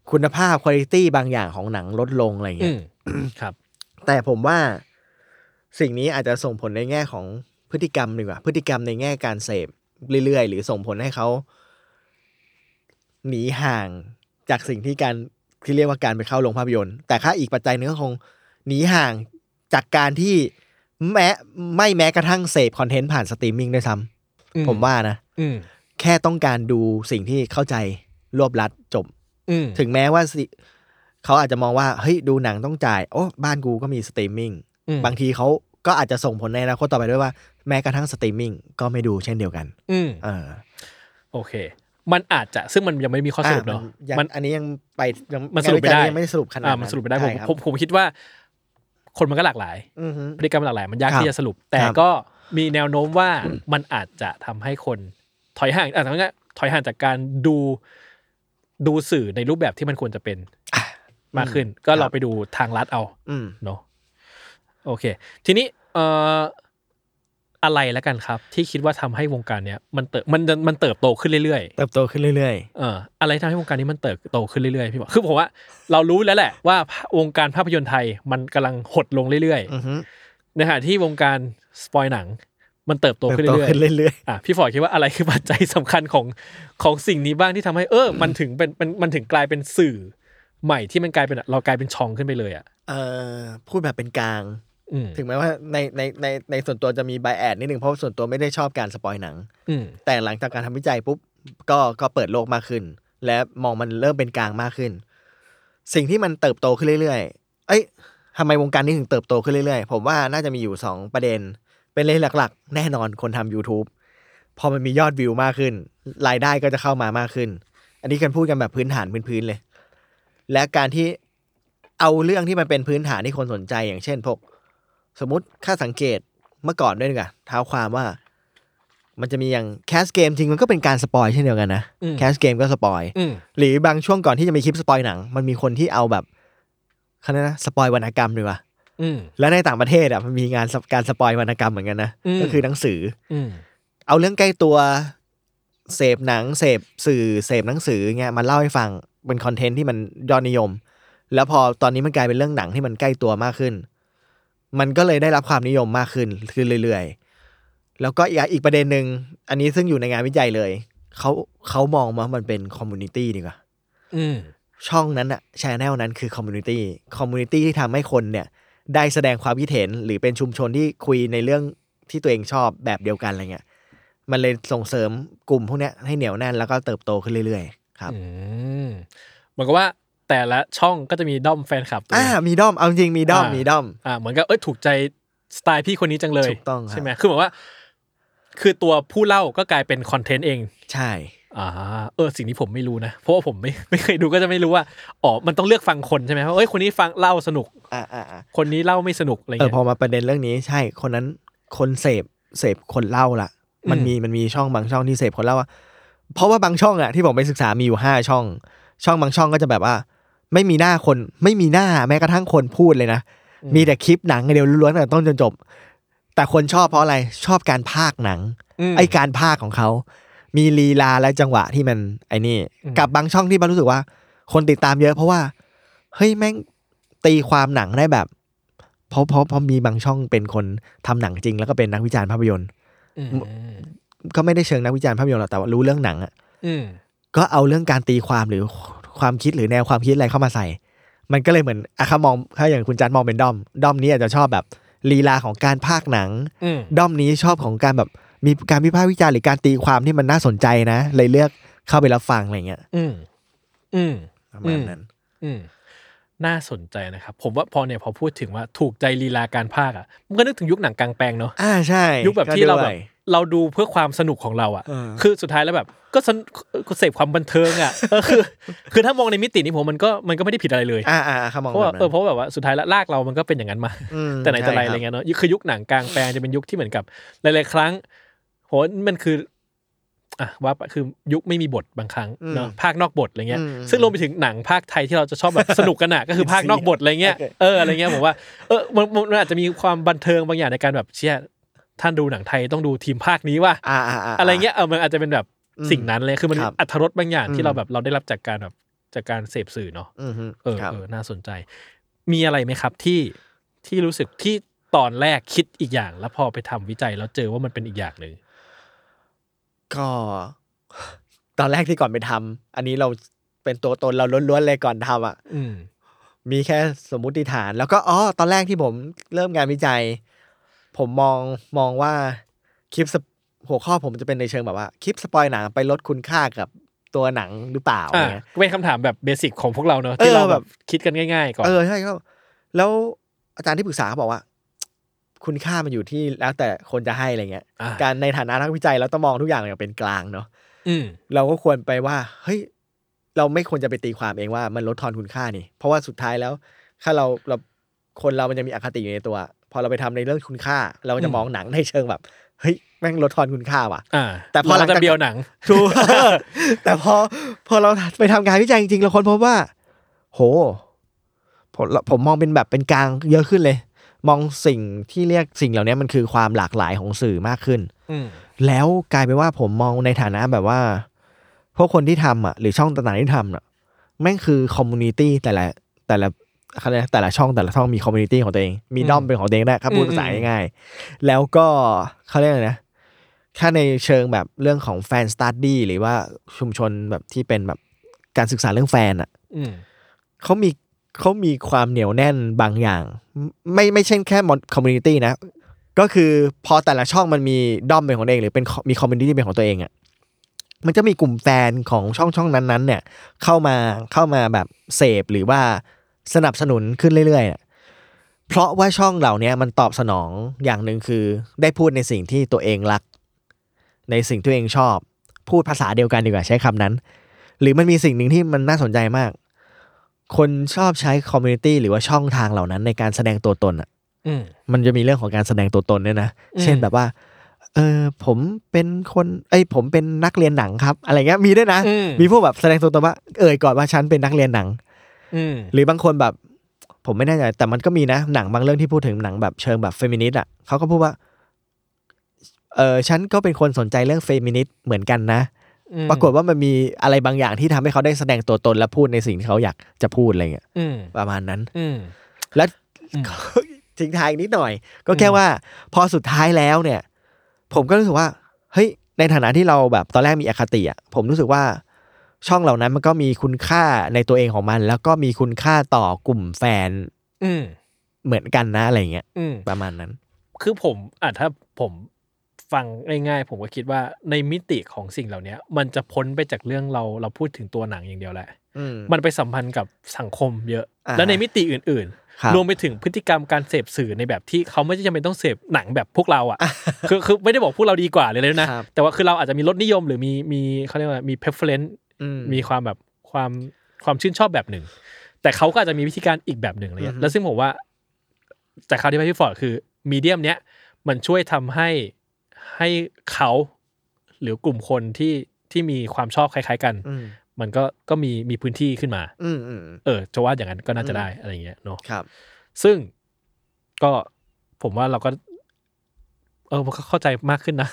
คุณภาพคุณภาพบางอย่างของหนังลดลงอะไรเงี้ยครับแต่ผมว่าสิ่งนี้อาจจะส่งผลในแง่ของพฤติกรรมดีกว่าพฤติกรรมในแง่การเสพเรื่อยๆหรือส่งผลให้เขาหนีห่างจากสิ่งที่การที่เรียกว่าการไปเข้าโรงภาพยนตร์แต่ค่าอีกปัจจัยนึงก็คงหนีห่างจากการที่แม้ไม่แม้กระทั่งเสพคอนเทนต์ผ่านสตรีมมิ่งด้วยซ้ำผมว่านะแค่ต้องการดูสิ่งที่เข้าใจรวบลัดจบถึงแม้ว่าเขาอาจจะมองว่าเฮ้ยดูหนังต้องจ่ายโอ้บ้านกูก็มีสตรีมมิ่งบางทีเขาก็อาจจะส่งผลในอนาคตต่อไปด้วยว่าแม้กระทั่งสตรีมมิ่งก็ไม่ดูเช่นเดียวกันอืมเออโอเคมันอาจจะซึ่งมันยังไม่มีข้อสรุปเนาะมันอันนี้ยังไปยังมันสรุปไม่ได้ยังไม่ได้สรุปขนาดนั้นมันสรุปไม่ได้ผมผมผมคิดว่าคนมันก็หลากหลายพฤติกรรมหลากหลายมันยากที่จะสรุปแต่ก็มีแนวโน้มว่ามันอาจจะทำให้คนถอยห่างอ่ะทำให้ถอยห่างจากการดูดูสื่อในรูปแบบที่มันควรจะเป็นมากขึ้นก็เราไปดูทางลัดเอาเนาะโอเคทีนี้เอ่ออะไรแล้วกันครับที่คิดว่าทำให้วงการเนี้ยมันเติบมันมันเติบโตขึ้นเรื่อยๆเติบโตขึ้นเรื่อยๆเอ่ออะไรทำให้วงการนี้มันเติบโตขึ้นเรื่อยๆพี่บอกคือผมว่าเรารู้แล้วแหละว่าวงการภาพยนตร์ไทยมันกำลังหดลงเรื่อยๆในขณะที่วงการสปอยหนังมันเติบโตขึ้นเรื่อยๆอ่ะพี่ฝอยคิดว่าอะไรคือปัจจัยสำคัญของของสิ่งนี้บ้างที่ทำให้เออมันถึงเป็นมันมันถึงกลายเป็นสื่อใหม่ที่มันกลายเป็นเรากลายเป็นช่องขึ้นไปเลยอ่ะเอ่อพูดแบบเป็นกลางถึงแม้ว่าในในในในส่วนตัวจะมีไบแอดนิดนึงเพราะส่วนตัวไม่ได้ชอบการสปอยหนังแต่หลังจากการทำวิจัยปุ๊บก็ก็เปิดโลกมากขึ้นและมองมันเริ่มเป็นกลางมากขึ้นสิ่งที่มันเติบโตขึ้นเรื่อยๆเอ้ยทำไมวงการนี้ถึงเติบโตขึ้นเรื่อยๆผมว่าน่าจะมีอยู่สองประเด็นเป็นเรื่องหลักๆแน่นอนคนทำ YouTube พอมันมียอดวิวมากขึ้นรายได้ก็จะเข้ามามากขึ้นอันนี้กันพูดกันแบบพื้นฐานพื้นๆเลยและการที่เอาเรื่องที่มันเป็นพื้นฐานที่คนสนใจอย่างเช่นพวกสมมุติค่าสังเกตเมื่อก่อนด้วยกันเท้าความว่ามันจะมีอย่างแคสเกมจริงมันก็เป็นการสปอยเช่นเดียวกันนะแคสเกมก็สปอยหรือบางช่วงก่อนที่จะมีคลิปสปอยหนังมันมีคนที่เอาแบบเขาเรียกนะสปอยวรรณกรรมด้วยว่ะแล้วในต่างประเทศอ่ะมันมีงานการสปอยวรรณกรรมเหมือนกันนะก็คือหนังสือเอาเรื่องใกล้ตัวเสพหนังเสพสื่อเสพหนังสือเงี้ยมันเล่าให้ฟังเป็นคอนเทนต์ที่มันยอดนิยมแล้วพอตอนนี้มันกลายเป็นเรื่องหนังที่มันใกล้ตัวมากขึ้นมันก็เลยได้รับความนิยมมากขึ้นขึ้นเรื่อยๆแล้วก็อีกอีกประเด็นนึงอันนี้ซึ่งอยู่ในงานวิจัยเลยเขาเขามองว่ามันเป็นคอมมูนิตี้ดีกว่าช่องนั้นอะแชนแนลนั้นคือคอมมูนิตี้คอมมูนิตี้ที่ทำให้คนเนี่ยได้แสดงความคิดเห็นหรือเป็นชุมชนที่คุยในเรื่องที่ตัวเองชอบแบบเดียวกันอะไรเงี้ยมันเลยส่งเสริมกลุ่มพวกนี้ให้เหนียวแน่นแล้วก็เติบโตขึ้นเรื่อยๆครับเหมือนกับว่าแต่ละช่องก็จะมีด้อมแฟนคลับอ่ามีด้อมเอาจริงมีด้อมมีด้อมอ่าเหมือนกับเอ้ยถูกใจสไตล์พี่คนนี้จังเลยถูกต้องใช่ไหมคือเหมือนว่าคือตัวผู้เล่าก็กลายเป็นคอนเทนต์เองใช่อ่าเออสิ่งนี้ผมไม่รู้นะเพราะว่าผมไม่ไม่เคยดูก็จะไม่รู้ว่าอ๋อมันต้องเลือกฟังคนใช่ไหมว่าเอ้ยคนนี้ฟังเล่าสนุกอ่าอ่าคนนี้เล่าไม่สนุกอะไรเงี้ยเออพอมาประเด็นเรื่องนี้ใช่คนนั้นคนเสพเสพคนเล่าล่ะมันมีมันมีช่องบางช่องที่เสพคนเล่าว่าเพราะว่าบางช่องอะที่ผมไปศึกษามีอยู่ห้าช่องช่องบางช่องก็จะแบบว่าไม่มีหน้าคนไม่มีหน้าแม้กระทั่งคนพูดเลยนะมีแต่คลิปหนังเดียวล้วนๆตั้งแต่ต้นจนจบแต่คนชอบเพราะอะไรชอบการพากย์หนังไอการพากย์ของเขามีลีลาและจังหวะที่มันไอ้นี่กับบางช่องที่มันรู้สึกว่าคนติดตามเยอะเพราะว่าเฮ้ยแม่งตีความหนังได้แบบเพราะเพราะเพราะมีบางช่องเป็นคนทำหนังจริงแล้วก็เป็นนักวิจารณ์ภาพยนตร์ก็ไม่ได้เชิงนักวิจารณ์ภาพยนตร์หรอกแต่ว่ารู้เรื่องหนังอ่ะก็เอาเรื่องการตีความหรือความคิดหรือแนวความคิดอะไรเข้ามาใส่มันก็เลยเหมือนอ่ะถ้ามองถ้าอย่างคุณจันมองเป็นด้อมด้อมนี้อาจจะชอบแบบลีลาของการพากย์หนังด้อมนี้ชอบของการแบบมีการวิพากษ์วิจารณ์หรือการตีความที่มันน่าสนใจนะเลยเลือกเข้าไปรับฟังอะไรเงี้ยอืมอืมประมาณนั้นอืมน่าสนใจนะครับผมว่าพอเนี่ยพอพูดถึงว่าถูกใจลีลาการพากย์อ่ะมันก็นึกถึงยุคหนังกลางแปลงเนาะอ่าใช่ยุคแบบที่เราแบบเราดูเพื่อความสนุกของเราอ่ะคือสุดท้ายแล้วแบบก็เสพความบันเทิงอ่ะคือคือถ้ามองในมิตินี้ผมมันก็มันก็ไม่ได้ผิดอะไรเลยอ่าอ่าเขามองเพราะว่าเออเพราะแบบว่าสุดท้ายแล้วลากเรามันก็เป็นอย่างนั้นมาแต่ไหนแต่ไรอะไรเงี้ยเนาะคือยุคหนังกลางแปลงจะเป็นยุคที่เหมือนกับหลายๆครั้งโหมันคืออ่ะว่าคือยุคไม่มีบทบางครั้งเนาะภาคนอกบทอะไรเงี้ยซึ่งรวมไปถึงหนังภาคไทยที่เราจะชอบแบบสนุกกันอ่ะก็คือภาคนอกบทอะไรเงี้ยเอออะไรเงี้ยผมว่าเออมันมันอาจจะมีความบันเทิงบางอย่างในการแบบเชี่ยท่านดูหนังไทยต้องดูทีมภาคนี้ว่าอะไรเงี้ยเออมันอาจจะเป็นแบบสิ่งนั้นเลยคือมันอรรถรสบางอย่างที่เราแบบเราได้รับจากการแบบจจากการเสพสื่อเนาะอือฮึเออครับเออน่าสนใจมีอะไรไหมครับที่ที่รู้สึกที่ตอนแรกคิดอีกอย่างแล้วพอไปทำวิจัยแล้วเจอว่ามันเป็นอีกอย่างนึงก็ตอนแรกที่ก่อนไปทำอันนี้เราเป็นตัวตนเราล้วนๆเลยก่อนทำอ่ะมีแค่สมมุติฐานแล้วก็อ๋อตอนแรกที่ผมเริ่มงานวิจัยผมมองมองว่าคลิปหัวข้อผมจะเป็นในเชิงแบบว่าคลิปสปอยหนังไปลดคุณค่ากับตัวหนังหรือเปล่าอะไรเงี้ยเป็นคำถามแบบเบสิกของพวกเราเนอะที่เราแบบคิดกันง่ายๆก่อนเออใช่ครับแล้วอาจารย์ที่ปรึกษาเขาบอกว่าคุณค่ามันอยู่ที่แล้วแต่คนจะให้อะไรเงี้ยการในฐานะนักวิจัยเราต้องมองทุกอย่างอย่างเป็นกลางเนาะเราก็ควรไปว่าเฮ้ยเราไม่ควรจะไปตีความเองว่ามันลดทอนคุณค่านี่เพราะว่าสุดท้ายแล้วถ้าเราเราคนเรามันจะมีอคติอยู่ในตัวพอเราไปทำในเรื่องคุณค่าเราก็จะมองหนังในเชิงแบบเฮ้ยแม่งลดทอนคุณค่าว่ะแต่พอเราจะเบียวหนังถูกแต่พอพอเราไปทำงานวิจัยจริงๆเราค้นพบว่าโหผมผมมองเป็นแบบเป็นกลางเยอะขึ้นเลยมองสิ่งที่เรียกสิ่งเหล่านี้มันคือความหลากหลายของสื่อมากขึ้นแล้วกลายเป็นว่าผมมองในฐานะแบบว่าพวกคนที่ทำอ่ะหรือช่องต่างๆที่ทำอ่ะแม่งคือคอมมูนิตี้แต่ละแต่ละอะไรแต่ละช่องแต่ละช่องมีคอมมูนิตี้ของตัวเองมีด้อมเป็นของตัวเองได้ครับพูดภาษาง่ายๆแล้วก็เขาเรียกอะไรนะถ้าในเชิงแบบเรื่องของแฟนสตั๊ดดี้หรือว่าชุมชนแบบที่เป็นแบบการศึกษาเรื่องแฟนอ่ะเขามีเขามีความเหนียวแน่นบางอย่างไม่ไม่เช่นแค่คอมมูนิตี้นะก็คือพอแต่ละช่องมันมีด้อมเป็นของตัวเองหรือเป็นมีคอมมูนิตี้เป็นของตัวเองอ่ะมันจะมีกลุ่มแฟนของช่องช่องนั้นๆเนี่ยเข้ามาเข้ามาแบบเสพหรือว่าสนับสนุนขึ้นเรื่อยๆเพราะว่าช่องเหล่านี้มันตอบสนองอย่างนึงคือได้พูดในสิ่งที่ตัวเองรักในสิ่งที่ตัวเองชอบพูดภาษาเดียวกันดีกว่าใช้คำนั้นหรือมันมีสิ่งหนึ่งที่มันน่าสนใจมากคนชอบใช้คอมมูนิตี้หรือว่าช่องทางเหล่านั้นในการแสดงตัวตนอ่ะมันจะมีเรื่องของการแสดงตัวตนเนี่ยนะเช่นแบบว่าเออผมเป็นคนเอ้ยผมเป็นนักเรียนหนังครับอะไรเงี้ยมีด้วยนะมีพวกแบบแสดงตัวตนว่าเอ่ยก่อนว่าฉันเป็นนักเรียนหนังหรือบางคนแบบผมไม่แน่ใจแต่มันก็มีนะหนังบางเรื่องที่พูดถึงหนังแบบเชิงแบบเฟมินิสต์อ่ะเขาก็พูดว่าเออฉันก็เป็นคนสนใจเรื่องเฟมินิสต์เหมือนกันนะปรากฏว่ามันมีอะไรบางอย่างที่ทำให้เขาได้แสดงตัวตนและพูดในสิ่งที่เขาอยากจะพูดอะไรเงี้ยประมาณนั้นแล้วทิ้งท้ายนิดหน่อยก็แค่ว่าพอสุดท้ายแล้วเนี่ยผมก็รู้สึกว่าเฮ้ยในฐานะที่เราแบบตอนแรกมีอคติอ่ะผมรู้สึกว่าช่องเหล่านั้นมันก็มีคุณค่าในตัวเองของมันแล้วก็มีคุณค่าต่อกลุ่มแฟนเหมือนกันนะอะไรเงี้ยประมาณนั้นคือผมอ่ะถ้าผมฟังง่ายๆผมก็คิดว่าในมิติของสิ่งเหล่านี้มันจะพ้นไปจากเรื่องเราเราพูดถึงตัวหนังอย่างเดียวแหละมันไปสัมพันธ์กับสังคมเยอะและในมิติอื่นๆรวมไปถึงพฤติกรรมการเสพสื่อในแบบที่เขาไม่จำเป็นต้องเสพหนังแบบพวกเราอ่ะคือคือไม่ได้บอกพวกเราดีกว่าเลยเลยนะแต่ว่าคือเราอาจจะมีรสนิยมหรือมีมีเขาเรียกว่ามี preference มีความแบบความความชื่นชอบแบบหนึ่งแต่เขาก็อาจจะมีวิธีการอีกแบบหนึ่งอะไรเงี้ยแล้วซึ่งผมว่าจากคำที่พี่ฟอร์ดคือมีเดียมเนี้ยมันช่วยทำให้ให้เขาหรือกลุ่มคนที่ที่มีความชอบคล้ายๆกันมันก็ก็มีมีพื้นที่ขึ้นมาเออจะว่าอย่างนั้นก็น่าจะได้อะไรเงี้ยเนาะครับซึ่งก็ผมว่าเราก็เออเข้าใจมากขึ้นนะ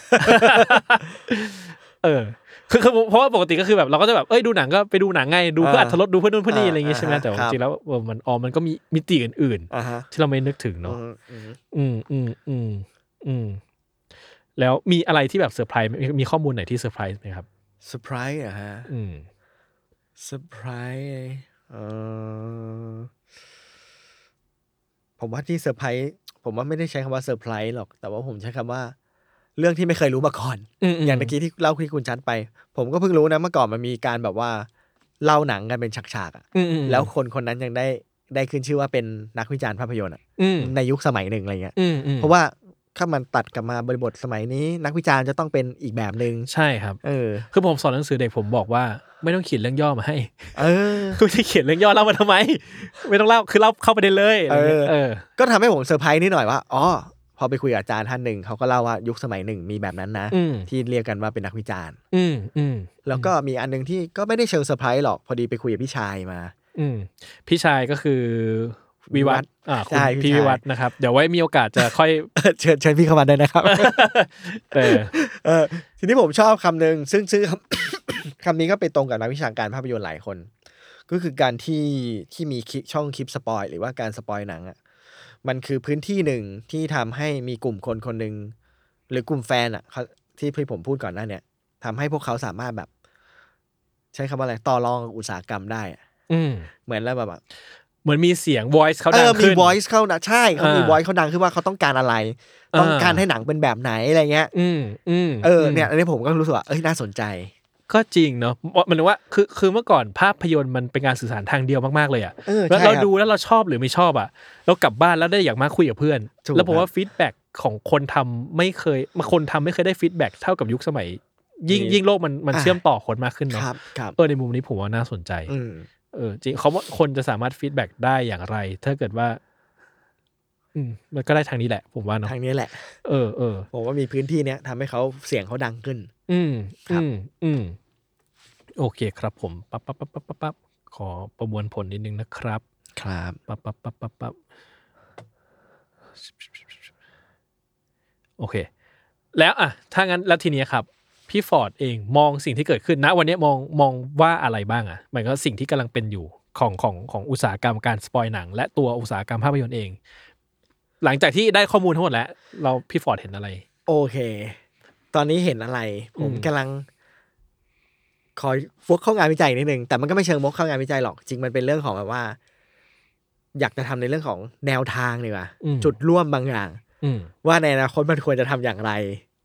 เออคือคือเพราะว่าปกติก็คือแบบเราก็จะแบบเอ้ยดูหนังก็ไปดูหนังไงดูเพื่ออรรถรสดูเพื่อนู่นเพื่อนี่อะไรอย่างงี้ใช่ไหมแต่จริงๆแล้วมันอ๋อมันก็มีมิติอื่นๆที่เราไม่นึกถึงเนาะอืมอืมอืมอืมแล้วมีอะไรที่แบบเซอร์ไพรส์มีข้อมูลไหนที่เซอร์ไพรส์ไหมครับเซอร์ไพรส์อะฮะอืมเซอร์ไพรส์เออผมว่าที่เซอร์ไพรส์ผมว่าไม่ได้ใช้คำว่าเซอร์ไพรส์หรอกแต่ว่าผมใช้คำว่าเรื่องที่ไม่เคยรู้มาก่อนอย่างเมื่อกี้ที่เล่าที่คุณชัดไปผมก็เพิ่งรู้นะเมื่อก่อนมันมีการแบบว่าเล่าหนังกันเป็นฉากๆอ่ะแล้วคนคนนั้นยังได้ได้ขึ้นชื่อว่าเป็นนักวิจารณ์ภาพยนตร์อ่ะในยุคสมัยหนึ่งอะไรเงี้ยเพราะว่าถ้ามันตัดกลับมาบริบทสมัยนี้นักวิจารณ์จะต้องเป็นอีกแบบนึงใช่ครับเออคือผมสอนหนังสือเด็กผมบอกว่าไม่ต้องเขียนเรื่องย่อมาให้เออคือที่เขียนเรื่องย่อเล่ามาทำไมไม่ต้องเล่าคือเล่าเข้าประเด็นเลยเออเออก็ทำให้ผมเซอร์ไพรส์นิดหน่อยว่าอ๋อพอไปคุยกับอาจารย์ท่านหนึ่งเขาก็เล่าว่ายุคสมัยหนึ่งมีแบบนั้นนะที่เรียกกันว่าเป็นนักวิจารณ์แล้วก็มีอันนึงที่ก็ไม่ได้เชิงเซอร์ไพรส์หรอกพอดีไปคุยกับพี่ชายมาพี่ชายก็คือวิวัฒน์อ่าคุณพี่วิวัฒน์นะครับเดี๋ยวไว้มีโอกาสจะค่อยเชิญเชิญพี่เข้ามาได้นะครับเออเออทีนี้ผมชอบคำนึงซึ่งซึ่งคำนี้ก็ไปตรงกับนักวิชาการภาพยนตร์หลายคนก็คือการที่ที่มีช่องคลิปสปอยหรือว่าการสปอยหนังอ่ะมันคือพื้นที่หนึ่งที่ทำให้มีกลุ่มคนคนหนึ่งหรือกลุ่มแฟนอ่ะที่พี่ผมพูดก่อนหน้าเนี่ยทำให้พวกเขาสามารถแบบใช้คำว่าอะไรต่อรองอุตสาหกรรมได้อ่ะเหมือนแล้วแบบเหมือนมีเสียง voice เขาดังขึ้นมี voice เข้านะใช่เขามี voice เขาดังขึ้นว่าเขาต้องการอะไรต้องการให้หนังเป็นแบบไหนอะไรเงี้ยอืมอืมเออเนี่ยอันนี้ผมก็รู้สึกว่าเอ้ยน่าสนใจก็จริงเนาะมันว่าคือคือเมื่อก่อนภาพยนตร์มันเป็นการสื่อสารทางเดียวมากๆเลยอ่ะแล้วเราดูแล้วเราชอบหรือไม่ชอบอ่ะเรากลับบ้านแล้วได้อยากมาคุยกับเพื่อนแล้วผมว่าฟีดแบ็กของคนทำไม่เคยมาคนทำไม่เคยได้ฟีดแบ็กเท่ากับยุคสมัยยิ่งยิ่งโลกมันมันเชื่อมต่อคนมากขึ้นเนาะเออในมุมนี้ผมว่าน่าสนใจเออจริงเขาว่าคนจะสามารถฟีดแบ็กได้อย่างไรถ้าเกิดว่าอืมมันก็ได้ทางนี้แหละผมว่าเนาะทางนี้แหละเออเออผมว่ามีพื้นที่เนี้ยทำให้เขาเสียงเขาดังขึ้นอืมครับอืมโอเคครับผมปั๊บปั๊บปั๊บปั๊บปั๊บขอประมวลผลนิดนึงนะครับครับปั๊บปั๊บปั๊บปั๊บปั๊บโอเคแล้วอ่ะถ้างั้นแล้วทีนี้ครับพี่ฟอร์ดเองมองสิ่งที่เกิดขึ้นนะวันนี้มองมองว่าอะไรบ้างอ่ะหมายก็สิ่งที่กำลังเป็นอยู่ของของของอุตสาหกรรมการสปอยหนังและตัวอุตสาหกรรมภาพยนตร์เองหลังจากที่ได้ข้อมูลทั้งหมดแล้วเราพี่ฟอร์ดเห็นอะไรโอเคตอนนี้เห็นอะไรผมกำลังคอยฟกเข้างานวิจัยนิดนึงแต่มันก็ไม่เชิงมกเข้างานวิจัยหรอกจริงมันเป็นเรื่องของแบบว่าอยากจะทำในเรื่องของแนวทางดีกว่าจุดร่วมบางอย่างว่าในอนาคตมันควรจะทำอย่างไร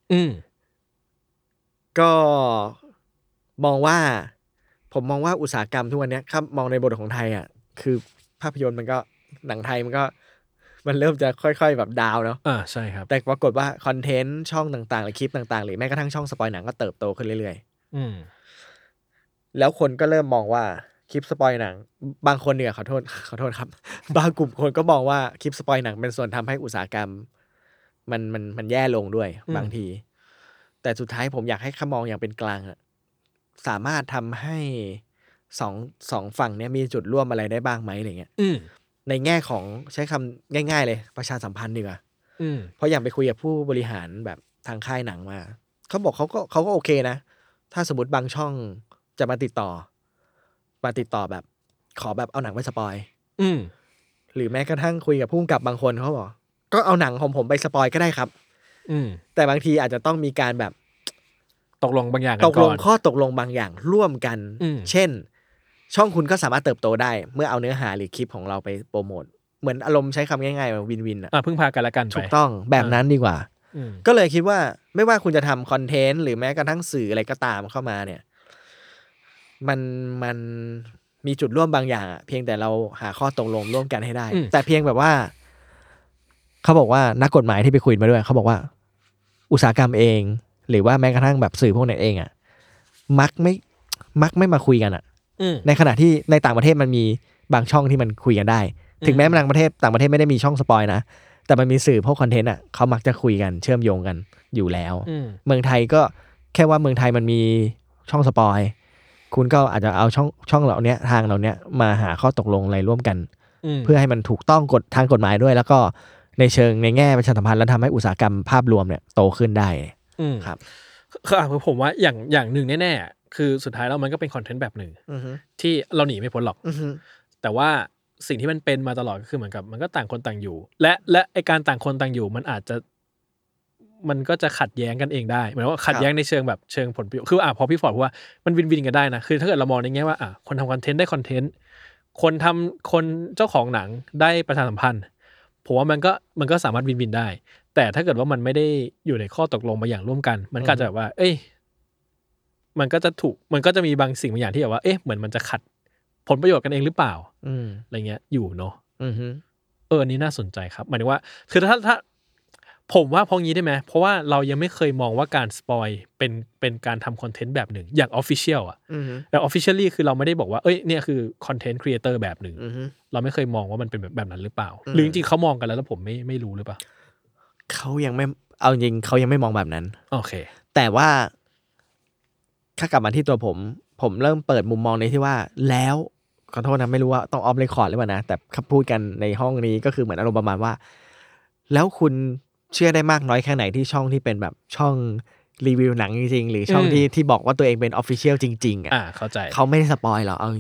ก็มองว่าผมมองว่าอุตสาหกรรมทุกวันนี้ครับมองในบทของไทยอ่ะคือภาพยนตร์มันก็หนังไทยมันก็มันเริ่มจะค่อยๆแบบดาวเนาะอ่าใช่ครับแต่ปรากฏว่าคอนเทนต์ช่องต่างๆหรือคลิปต่างๆหรือแม้กระทั่งช่องสปอยหนังก็เติบโตขึ้นเรื่อยๆอืมแล้วคนก็เริ่มมองว่าคลิปสปอยหนังบางคนเนี่ยขอโทษขอโทษครับบางกลุ่มคนก็มองว่าคลิปสปอยหนังเป็นส่วนทำให้อุตสาหกรรมมันมันมันแย่ลงด้วยบางทีแต่สุดท้ายผมอยากให้เขามองอย่างเป็นกลางอะสามารถทำให้สองสองฝั่งเนี้ยมีจุดร่วมอะไรได้บ้างไหมอะไรเงี้ยในแง่ของใช้คำง่ายๆเลยประชาสัมพันธ์ดีกว่าเพราะอย่างไปคุยกับผู้บริหารแบบทางค่ายหนังมาเขาบอกเขาก็เขาก็โอเคนะถ้าสมมติบางช่องจะมาติดต่อมาติดต่อแบบขอแบบเอาหนังไปสปอยหรือแม้กระทั่งคุยกับผู้กำกับบางคนเขาบอกก็เอาหนังของผมไปสปอยก็ได้ครับแต่บางทีอาจจะต้องมีการแบบตกลงบางอย่างตกลงข้อตกลงบางอย่างร่วมกันเช่นช่องคุณก็สามารถเติบโตได้เมื่อเอาเนื้อหาหรือคลิปของเราไปโปรโมทเหมือนอารมณ์ใช้คำง่ายๆแบบวินวินอ่ะพึ่งพากันละกันไปถูกต้องแบบนั้นดีกว่าก็เลยคิดว่าไม่ว่าคุณจะทำคอนเทนต์หรือแม้กระทั่งสื่ออะไรก็ตามเข้ามาเนี่ยมันมันมีจุดร่วมบางอย่างเพียงแต่เราหาข้อตกลงร่วมกันให้ได้แต่เพียงแบบว่าเขาบอกว่านักกฎหมายที่ไปคุยมาด้วยเขาบอกว่าอุตสาหกรรมเองหรือว่าแม้กระทั่งแบบสื่อพวกนั้นเองอ่ะมักไม่มักไม่มาคุยกันอ่ะในขณะที่ในต่างประเทศมันมีบางช่องที่มันคุยกันได้ถึงแม้ต่างประเทศต่างประเทศไม่ได้มีช่องสปอยนะแต่มันมีสื่อพวกคอนเทนต์อ่ะเขามักจะคุยกันเชื่อมโยงกันอยู่แล้วเมืองไทยก็แค่ว่าเมืองไทยมันมีช่องสปอยคุณก็อาจจะเอาช่องช่องเหล่านี้ทางเหล่านี้มาหาข้อตกลงอะไรร่วมกันเพื่อให้มันถูกต้องกฎทางกฎหมายด้วยแล้วก็ในเชิงในแง่ประชาสัมพันธ์แล้วทำให้อุตสาหกรรมภาพรวมเนี่ยโตขึ้นได้ครับคือผมว่าอย่างอย่างหนึ่งแน่ๆคือสุดท้ายแล้วมันก็เป็นคอนเทนต์แบบหนึ่งที่เราหนีไม่พ้นหรอกแต่ว่าสิ่งที่มันเป็นมาตลอดก็คือเหมือนกับมันก็ต่างคนต่างอยู่และและไอการต่างคนต่างอยู่มันอาจจะมันก็จะขัดแย้งกันเองได้เหมือนว่าขัดแย้งในเชิงแบบเชิงผลประโยชน์คืออ่ะพอพี่ฟอร์ดพูดว่ามันวินวินกันได้นะคือถ้าเกิดเรามองในแง่ว่าอ่ะคนทำคอนเทนต์ได้คอนเทนต์คนทำคนเจ้าของหนังได้ประชาสัมพันธ์ผมว่ามันก็มันก็สามารถวินวินได้แต่ถ้าเกิดว่ามันไม่ได้อยู่ในข้อตกลงบางอย่างร่วมกันมันก็จะแบบว่าเอ้ยมันก็จะถูกมันก็จะมีบางสิ่งบางอย่างที่แบบว่าเอ๊ะเหมือนมันจะขัดผลประโยชน์กันเองหรือเปล่าอะไรเงี้ยอยู่เนาะเอออันนี้น่าสนใจครับหมายถึงว่าคือถ้าถ้าผมว่าพองี้ได้ไหมเพราะว่าเรายังไม่เคยมองว่าการสปอยเป็นเป็นการทำคอนเทนต์แบบหนึ่งอย่างออฟฟิเชียลอ่ะแต่ออฟฟิเชียลี่คือเราไม่ได้บอกว่าเอ้ยเนี่ยคือคอนเทนต์ครีเอเตอร์แบบหนึ่งเราไม่เคยมองว่ามันเป็นแบบแบบนั้นหรือเปล่าหรือจริงๆเขามองกันแล้วแล้วผมไม่ไม่รู้หรือเปล่าเขายังไม่เอาจริงเขายังไม่มองแบบนั้นโอเคแต่ว่าถ้ากลับมาที่ตัวผมผมเริ่มเปิดมุมมองในที่ว่าแล้วขอโทษนะไม่รู้ว่าต้องออฟเรคคอร์ดหรือเปล่านะแต่เขาพูดกันในห้องนี้ก็คือเหมือนอารมณ์ประมาณว่าแล้วคุณเชื่อได้มากน้อยแค่ไหนที่ช่องที่เป็นแบบช่องรีวิวหนังจริงๆหรือช่องที่ที่บอกว่าตัวเองเป็นออฟฟิเชียลจริงๆอ่ะเข้าใจเขาไม่ได้สปอยหรอกเอาจริง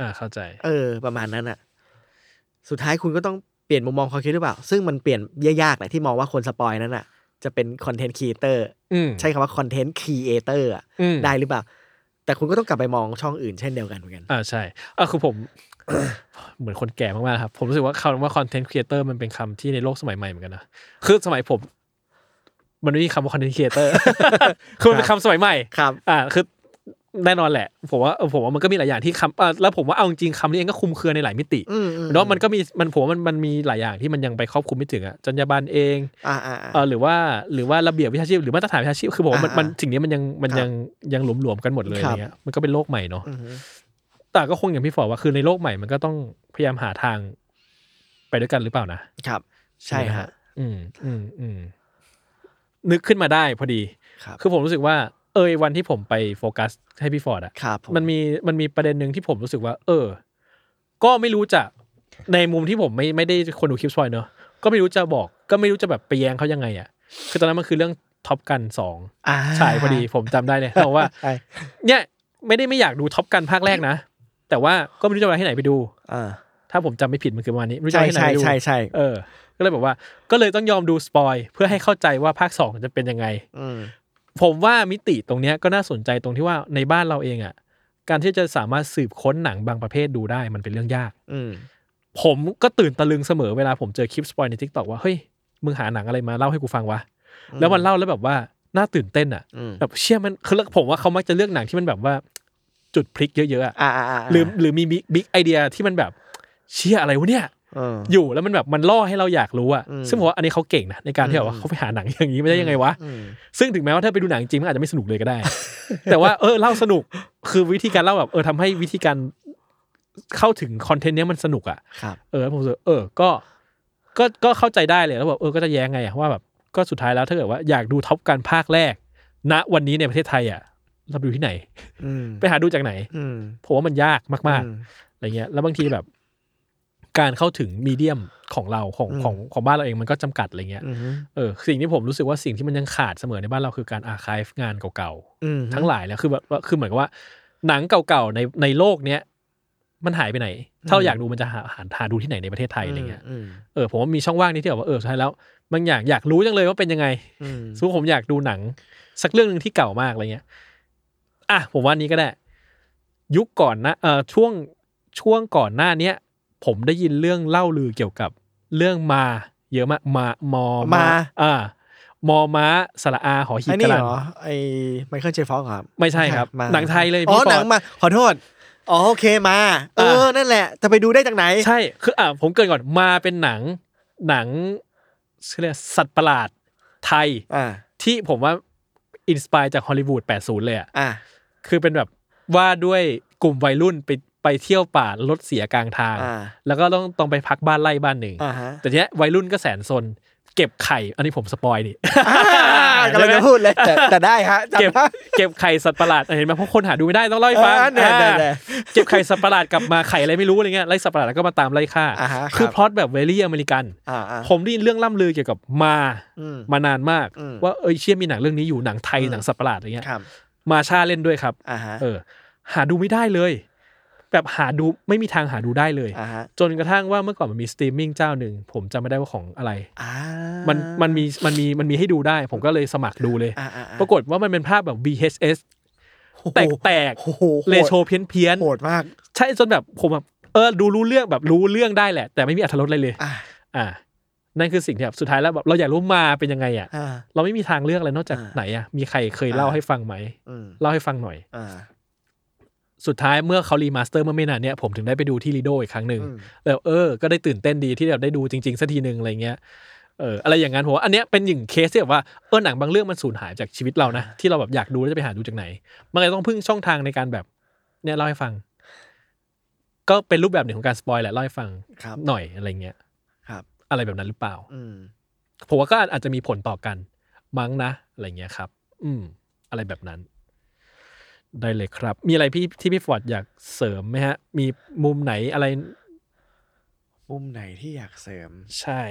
อ่าเข้าใจเออประมาณนั้นอ่ะสุดท้ายคุณก็ต้องเปลี่ยนมุมมองความคิดหรือเปล่าซึ่งมันเปลี่ยนยากๆแหละที่มองว่าคนสปอยนั้นอ่ะจะเป็นคอนเทนต์ครีเอเตอร์ใช้คำว่าคอนเทนต์ครีเอเตอร์อ่ะได้หรือเปล่าแต่คุณก็ต้องกลับไปมองช่องอื่นเช่นเดียวกันเหมือนกันอ่าใช่อ่าคือผม เหมือนคนแก่มากๆครับผมรู้สึกว่าคำว่าคอนเทนต์ครีเอเตอร์มันเป็นคำที่ในโลกสมัยใหม่เหมือนกันนะคือสมัยผมมันไม่มีคำว่าคอนเทนต์ครีเอเตอร์คือมันเป็นคำสมัยใหม่ครับอ่าคือแน่นอนแหละผมว่าผมว่ามันก็มีหลายอย่างที่คำแล้วผมว่าเอาจริงคำนี้เองก็คุมเครือในหลายมิติเนาะมันก็มีมันผมว่ามันมันมีหลายอย่างที่มันยังไปครอบคลุมไม่ถึงอ่ะจรรยาบรรณเองอ่าหรือว่าหรือว่าระเบียบวิชาชีพหรือมาตรฐานวิชาชีพคือผมว่ามันมันสิ่งนี้มันยังมันยังยังหลวมๆกันหมดเลยอะไรเงี้ยมันก็เป็นโลกใหม่เนาะแต่ก็คงอย่างพี่ฟอร์ว่าคือในโลกใหม่มันก็ต้องพยายามหาทางไปด้วยกันหรือเปล่านะครับใช่ฮะอืมอืมอืมนึกขึ้นมาได้พอดีคือผมรู้สึกว่าเออวันที่ผมไปโฟกัสให้พี่ฟอร์ดอ่ะมันมีมันมีประเด็นนึงที่ผมรู้สึกว่าเออก็ไม่รู้จะในมุมที่ผมไม่ไม่ได้คนดูคลิปสปอยเนอะก็ไม่รู้จะบอกก็ไม่รู้จะแบบไปแย้งเขายังไงอ่ะคือตอนนั้นมันคือเรื่องท็อปกันสองฉายพอดีผมจำได้เลยเพราะว่าเนี่ยไม่ได้ไม่อยากดูท็อปกันภาคแรกนะแต่ว่าก็ไม่รู้จะไปที่ไหนไปดูถ้าผมจำไม่ผิดมันคือประมาณนี้ไม่รู้จะไปที่ไหนไปดูใช่ใช่เออก็เลยบอกว่าก็เลยต้องยอมดูสปอยเพื่อให้เข้าใจว่าภาคสองจะเป็นยังไงผมว่ามิติตรงนี้ก็น่าสนใจตรงที่ว่าในบ้านเราเองอ่ะการที่จะสามารถสืบค้นหนังบางประเภทดูได้มันเป็นเรื่องยากผมก็ตื่นตะลึงเสมอเวลาผมเจอคลิปสปอยใน TikTok ว่าเฮ้ยมึงหาหนังอะไรมาเล่าให้กูฟังวะแล้วมันเล่าแล้วแบบว่าน่าตื่นเต้นอ่ะแบบเชื่อมันคือผมว่าเขามักจะเลือกหนังที่มันแบบว่าจุดพลิกเยอะๆอ่ะหรือหรือมีบิ๊กไอเดียที่มันแบบเชี่ยอะไรวะเนี่ยอยู่แล้วมันแบบมันล่อให้เราอยากรู้อ่ะซึ่งผมว่าอันนี้เขาเก่งนะในการที่แบบว่าเขาไปหาหนังอย่างนี้ไม่ได้ยังไงวะซึ่งถึงแม้ว่าถ้าไปดูหนังจริงมันอาจจะไม่สนุกเลยก็ได้แต่ว่าเออเล่าสนุกคือวิธีการเล่าแบบเออทำให้วิธีการเข้าถึงคอนเทนต์นี้มันสนุกอ่ะเออผมรู้สึกเออก็ก็ก็เข้าใจได้เลยแล้วแบบเออก็จะแย้งไงอ่ะว่าแบบก็สุดท้ายแล้วถ้าเกิดว่าอยากดูท็อปกันภาคแรกณวันนี้ในประเทศไทยอ่ะเราดูที่ไหนไปหาดูจากไหนผมว่ามันยากมากๆอะไรเงี้ยแล้วบางทีแบบการเข้าถึงมีเดียมของเราของของของบ้านเราเองมันก็จำกัดอะไรเงี้ยเออสิ่งที่ผมรู้สึกว่าสิ่งที่มันยังขาดเสมอในบ้านเราคือการอาร์ไคฟ์งานเก่าๆทั้งหลายแล้วคือแบบคือเหมือนกับว่าหนังเก่าๆในในโลกเนี้ยมันหายไปไหนถ้าเราอยากดูมันจะหาหาหาดูที่ไหนในประเทศไทยอะไรเงี้ยเออผมว่ามีช่องว่างนี้ที่แบบว่าเออใช่แล้วบางอย่างอยากรู้จังเลยว่าเป็นยังไงสมมติผมอยากดูหนังสักเรื่องนึงที่เก่ามากอะไรเงี้ยอ่ะผมว่านี้ก็ได้ยุคก่อนนะเอ่อช่วงช่วงก่อนหน้าเนี้ยผมได้ยินเรื่องเล่าลือเกี่ยวกับเรื่องมาเยอะมากมามอมาอ่ามอม้าสระอาหอหีบกระลันไอ้ไมเคิลเจฟฟ็อกครับไม่ใช่ครับหนังไทยเลยพี่อ๋อหนังมาขอโทษอ๋อโอเคมาเออนั่นแหละจะไปดูได้จากไหนใช่คืออ่ะผมเกินก่อนมาเป็นหนังหนังเรียกสัตว์ประหลาดไทยที่ผมว่าอินสไปร์จากฮอลลีวูดแปดสิบเลยอ่ะคือเป็นแบบว่าด้วยกลุ่มวัยรุ่นไปไปเที่ยวป่ารถเสียกลางทางแล้วก็ต้องต้องไปพักบ้านไร่บ้านหนึ่งแต่เนี้ยวัยรุ่นก็แสนซนเก็บไข่อันนี้ผมสปอยดิกำลังจะพูดเลยแต่ได้ฮะเก็บเก็บไข่สัตว์ประหลาดเห็นไหมเพราะคนหาดูไม่ได้ต้องเล่าให้ฟังเก็บไข่สัตว์ประหลาดกลับมาไข่อะไรไม่รู้อะไรเงี้ยไล่สัตว์ประหลาดแล้วก็มาตามไล่ฆ่าคือพล็อตแบบเวลี่อเมริกันผมได้ยินเรื่องล่ำลือเกี่ยวกับมามานานมากว่าเอ้ยเชี่ยมีหนังเรื่องนี้อยู่หนังไทยหนังสัตว์ประหลาดอะไรเงี้ยมาชาเล่นด้วยครับเออหาดูไม่ได้เลยแบบหาดูไม่มีทางหาดูได้เลยจนกระทั่งว่าเมื่อก่อนมันมีสตรีมมิ่งเจ้าหนึ่งผมจำไม่ได้ว่าของอะไรมันมันมีมันมีมันมีให้ดูได้ผมก็เลยสมัครดูเลยปรากฏว่ามันเป็นภาพแบบ วี เอช เอส แตกๆเรโชเพี้ยนๆโหดมากใช่จนแบบผมแบบเออดูรู้เรื่องแบบรู้เรื่องได้แหละแต่ไม่มีอรรถรสอะไรเลยอ่านั่นคือสิ่งที่แบบสุดท้ายแล้วแบบเราอยากรู้มาเป็นยังไงอ่ะเราไม่มีทางเลือกอะไรนอกจากไหนอ่ะมีใครเคยเล่าให้ฟังไหมเล่าให้ฟังหน่อยสุดท้ายเมื่อเขารีมาสเตอร์เมื่อไม่นานเนี่ยผมถึงได้ไปดูที่ลีโดอีกครั้งหนึ่งแล้วเออก็ได้ตื่นเต้นดีที่แบบได้ดูจริงๆสักทีนึงอะไรเงี้ยเอออะไรอย่างนั้นผมว่าอันเนี้ยเป็นหนึ่งเคสที่แบบว่าเออหนังบางเรื่องมันสูญหายจากชีวิตเรานะที่เราแบบอยากดูแล้วจะไปหาดูจากไหนมันก็ต้องพึ่งช่องทางในการแบบเนี่ยเล่าให้ฟังก็เป็นรูปแบบหนึ่งของการสปอยแหละเล่าให้ฟังหน่อยอะไรเงี้ยครับอะไรแบบนั้นหรือเปล่าผมว่าก็อาจจะมีผลต่อกันมั้งนะอะไรเงี้ยครับอืมอะไรแบบนั้นได้เลยครับมีอะไรพี่ที่พี่ฟอร์ดอยากเสริมไหมฮะมีมุมไหนอะไรมุมไหนที่อยากเสริมใช่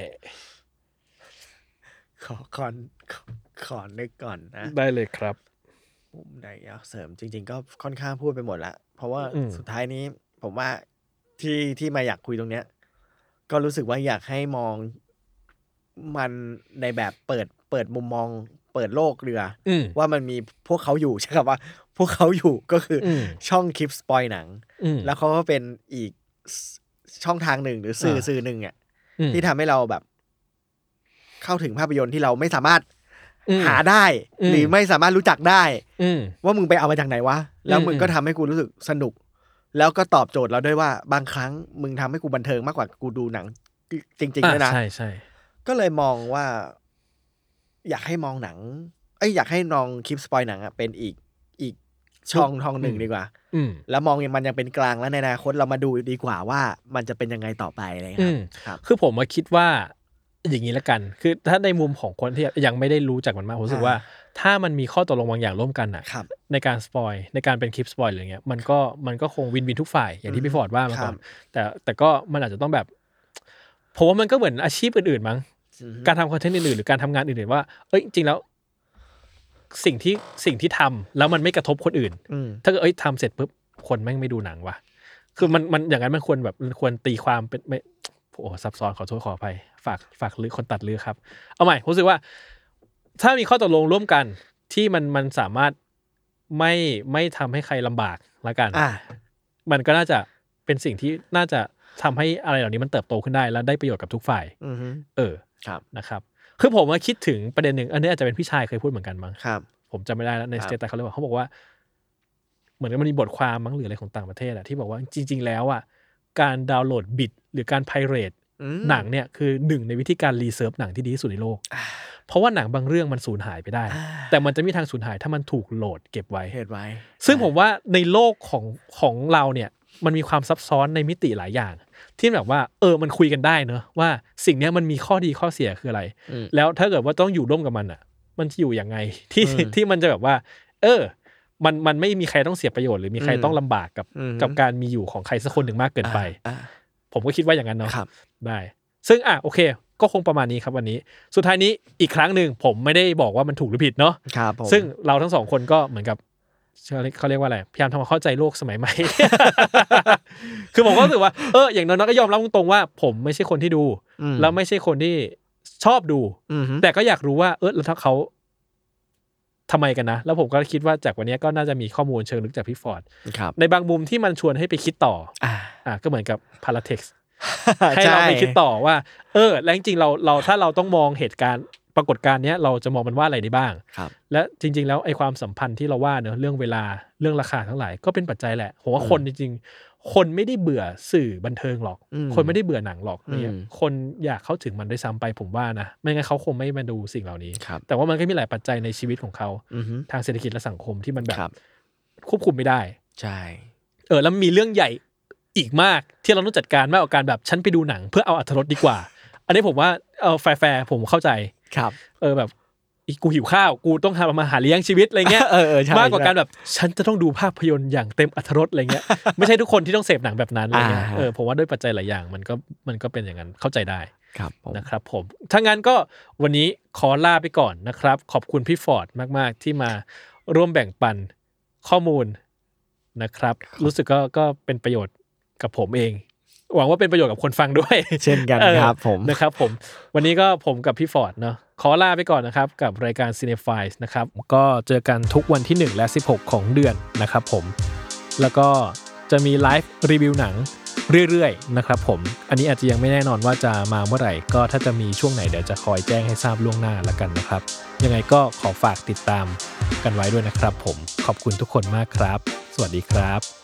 ขอก่อนขอนึกก่อนนะได้เลยครับมุมไหนอยากเสริมจริงๆก็ค่อนข้างพูดไปหมดละเพราะว่าสุดท้ายนี้ผมว่าที่ที่มาอยากคุยตรงเนี้ยก็รู้สึกว่าอยากให้มองมันในแบบเปิดเปิดมุมมองเปิดโลกเรือว่ามันมีพวกเขาอยู่ใช่ครับว่าพวกเขาอยู่ก็คือช่องคลิปสปอยหนังแล้วเขาก็เป็นอีกช่องทางหนึ่งหรือสื่อสื่อหนึ่งอ่ะที่ทำให้เราแบบเข้าถึงภาพยนตร์ที่เราไม่สามารถหาได้หรือไม่สามารถรู้จักได้ว่ามึงไปเอามาจากไหนวะแล้วมึงก็ทำให้กูรู้สึกสนุกแล้วก็ตอบโจทย์เราด้วยว่าบางครั้งมึงทำให้กูบันเทิงมากกว่ากูดูหนังจริงๆด้วยนะใช่ใช่ก็เลยมองว่าอยากให้มองหนังเอ้ยอยากให้น้องคลิปสปอยหนังอ่ะเป็นอีกอีกช่องทองหนึ่งดีกว่าแล้วมองมันยังเป็นกลางแล้วในอนาคตเรามาดูดีกว่าว่ามันจะเป็นยังไงต่อไปอะไรครับคือผมมาคิดว่าอย่างนี้ละกันคือถ้าในมุมของคนที่ยังไม่ได้รู้จักมันมากผมรู้สึกว่าถ้ามันมีข้อตกลงบางอย่างร่วมกันอ่ะในการสปอยในการเป็นคลิปสปอยอะไรเงี้ยมันก็มันก็คงวินวินทุกฝ่ายอย่างที่พี่ฟอร์ดว่ามาก่อนแต่แต่ก็มันอาจจะต้องแบบผมว่ามันก็เหมือนอาชีพอื่นๆมั้งการทำคอนเทนต์อื่นๆหรือการทำงานอื่นๆว่าเอ้ยจริงๆแล้วสิ่งที่สิ่งที่ทำแล้วมันไม่กระทบคนอื่นถ้าเกิดเอ้ยทำเสร็จปุ๊บคนแม่งไม่ดูหนังว่ะคือมันมันอย่างนั้นมันควรแบบมันควรตีความเป็นไม่โอ้ซับซ้อนขอโทษขออภัยฝากฝากลือคนตัดลือครับเอาใหม่ผมรู้สึกว่าถ้ามีข้อตกลงร่วมกันที่มันมันสามารถไม่ไม่ทำให้ใครลำบากละกันมันก็น่าจะเป็นสิ่งที่น่าจะทำให้อะไรเหล่านี้มันเติบโตขึ้นได้และได้ประโยชน์กับทุกฝ่ายเออนะครับคือผมมาคิดถึงประเด็นหนึ่งอันนี้อาจจะเป็นพี่ชายเคยพูดเหมือนกันมั้งผมจำไม่ได้แล้วในสเตตัสเขาเลยบอกเขาบอกว่าเหมือนมันมีบทความมั้งหรืออะไรของต่างประเทศอะที่บอกว่าจริงๆแล้วอะการดาวน์โหลดบิตหรือการไพเรตหนังเนี่ยคือหนึ่งในวิธีการรีเซิร์ฟหนังที่ดีที่สุดในโลกเพราะว่าหนังบางเรื่องมันสูญหายไปได้แต่มันจะมีทางสูญหายถ้ามันถูกโหลดเก็บไว้ไว้ซึ่งผมว่าในโลกของของเราเนี่ยมันมีความซับซ้อนในมิติหลายอย่างที่แบบว่าเออมันคุยกันได้เนอะว่าสิ่งนี้มันมีข้อดีข้อเสียคืออะไรแล้วถ้าเกิดว่าต้องอยู่ร่วมกับมันอ่ะมันจะอยู่ยังไงที่ที่มันจะแบบว่าเออมันมันไม่มีใครต้องเสียประโยชน์หรือมีใครต้องลำบากกับกับการมีอยู่ของใครสักคนหนึ่งมากเกินไปผมก็คิดว่าอย่างนั้นเนาะได้ซึ่งอ่ะโอเคก็คงประมาณนี้ครับวันนี้สุดท้ายนี้อีกครั้งหนึ่งผมไม่ได้บอกว่ามันถูกหรือผิดเนาะซึ่งเราทั้งสองคนก็เหมือนกับเขาเรียกว่าอะไรพยายามทำความเข้าใจโลกสมัยใหม่ คือผมก็รู้สึกว่าเอออย่างน้อยๆก็ยอมรับตรงๆว่าผมไม่ใช่คนที่ดูแล้วไม่ใช่คนที่ชอบดูแต่ก็อยากรู้ว่าเออแล้วถ้าเขาทำไมกันนะแล้วผมก็คิดว่าจากวันนี้ก็น่าจะมีข้อมูลเชิงลึกจากพี่ฟอร์ดในบางมุมที่มันชวนให้ไปคิดต่ออ่าก็เหมือนกับ Paratext ให้เราไปคิดต่อว่าเออแล้วจริงๆเราเราถ้าเราต้องมองเหตุการณ์ปรากฏการณ์เนี้ยเราจะมองมันว่าอะไรได้บ้างและจริงๆแล้วไอ้ความสัมพันธ์ที่เราว่าเนอะเรื่องเวลาเรื่องราคาทั้งหลายก็เป็นปัจจัยแหละผมว่าคนจริงๆคนไม่ได้เบื่อสื่อบันเทิงหรอกคนไม่ได้เบื่อหนังหรอกเนี่ยคนอยากเข้าถึงมันด้วยซ้ำไปผมว่านะไม่งั้นเขาคงไม่มาดูสิ่งเหล่านี้แต่ว่ามันก็มีหลายปัจจัยในชีวิตของเขาทางเศรษฐกิจและสังคมที่มันแบบควบคุมไม่ได้ใช่เออแล้วมีเรื่องใหญ่อีกมากที่เราต้องจัดการมากกว่าการแบบฉันไปดูหนังเพื่อเอาอรรถรสดีกว่าอันนี้ผมว่าเออแฟร์ๆผมเข้าใจครับเออแบบกูหิวข้าวกูต้องทำมาหาเลี้ยงชีวิตอะไรเงี้ยเออมากกว่าการแบบฉันจะต้องดูภาพยนตร์อย่างเต็มอรรถรสอะไรเงี้ย ไม่ใช่ทุกคนที่ต้องเสพหนังแบบนั้นอะไรเงี้ยเออผมว่าด้วยปัจจัยหลายอย่างมันก็มันก็เป็นอย่างนั้นเข้าใจได้นะครับผมถ้างั้นก็วันนี้ขอลาไปก่อนนะครับขอบคุณพี่ฟอร์ดมากๆที่มาร่วมแบ่งปันข้อมูลนะครับรู้สึกก็ก็เป็นประโยชน์กับผมเองหวังว่าเป็นประโยชน์กับคนฟังด้วยเช่นกันครับผมนะครับผมวันนี้ก็ผมกับพี่ฟอร์ดเนาะขอลาไปก่อนนะครับกับรายการ Cinefiles นะครับก็เจอกันทุกวันที่หนึ่งและสิบหกของเดือนนะครับผมแล้วก็จะมีไลฟ์รีวิวหนังเรื่อยๆนะครับผมอันนี้อาจจะยังไม่แน่นอนว่าจะมาเมื่อไหร่ก็ถ้าจะมีช่วงไหนเดี๋ยวจะคอยแจ้งให้ทราบล่วงหน้าแล้วกันนะครับยังไงก็ขอฝากติดตามกันไว้ด้วยนะครับผมขอบคุณทุกคนมากครับสวัสดีครับ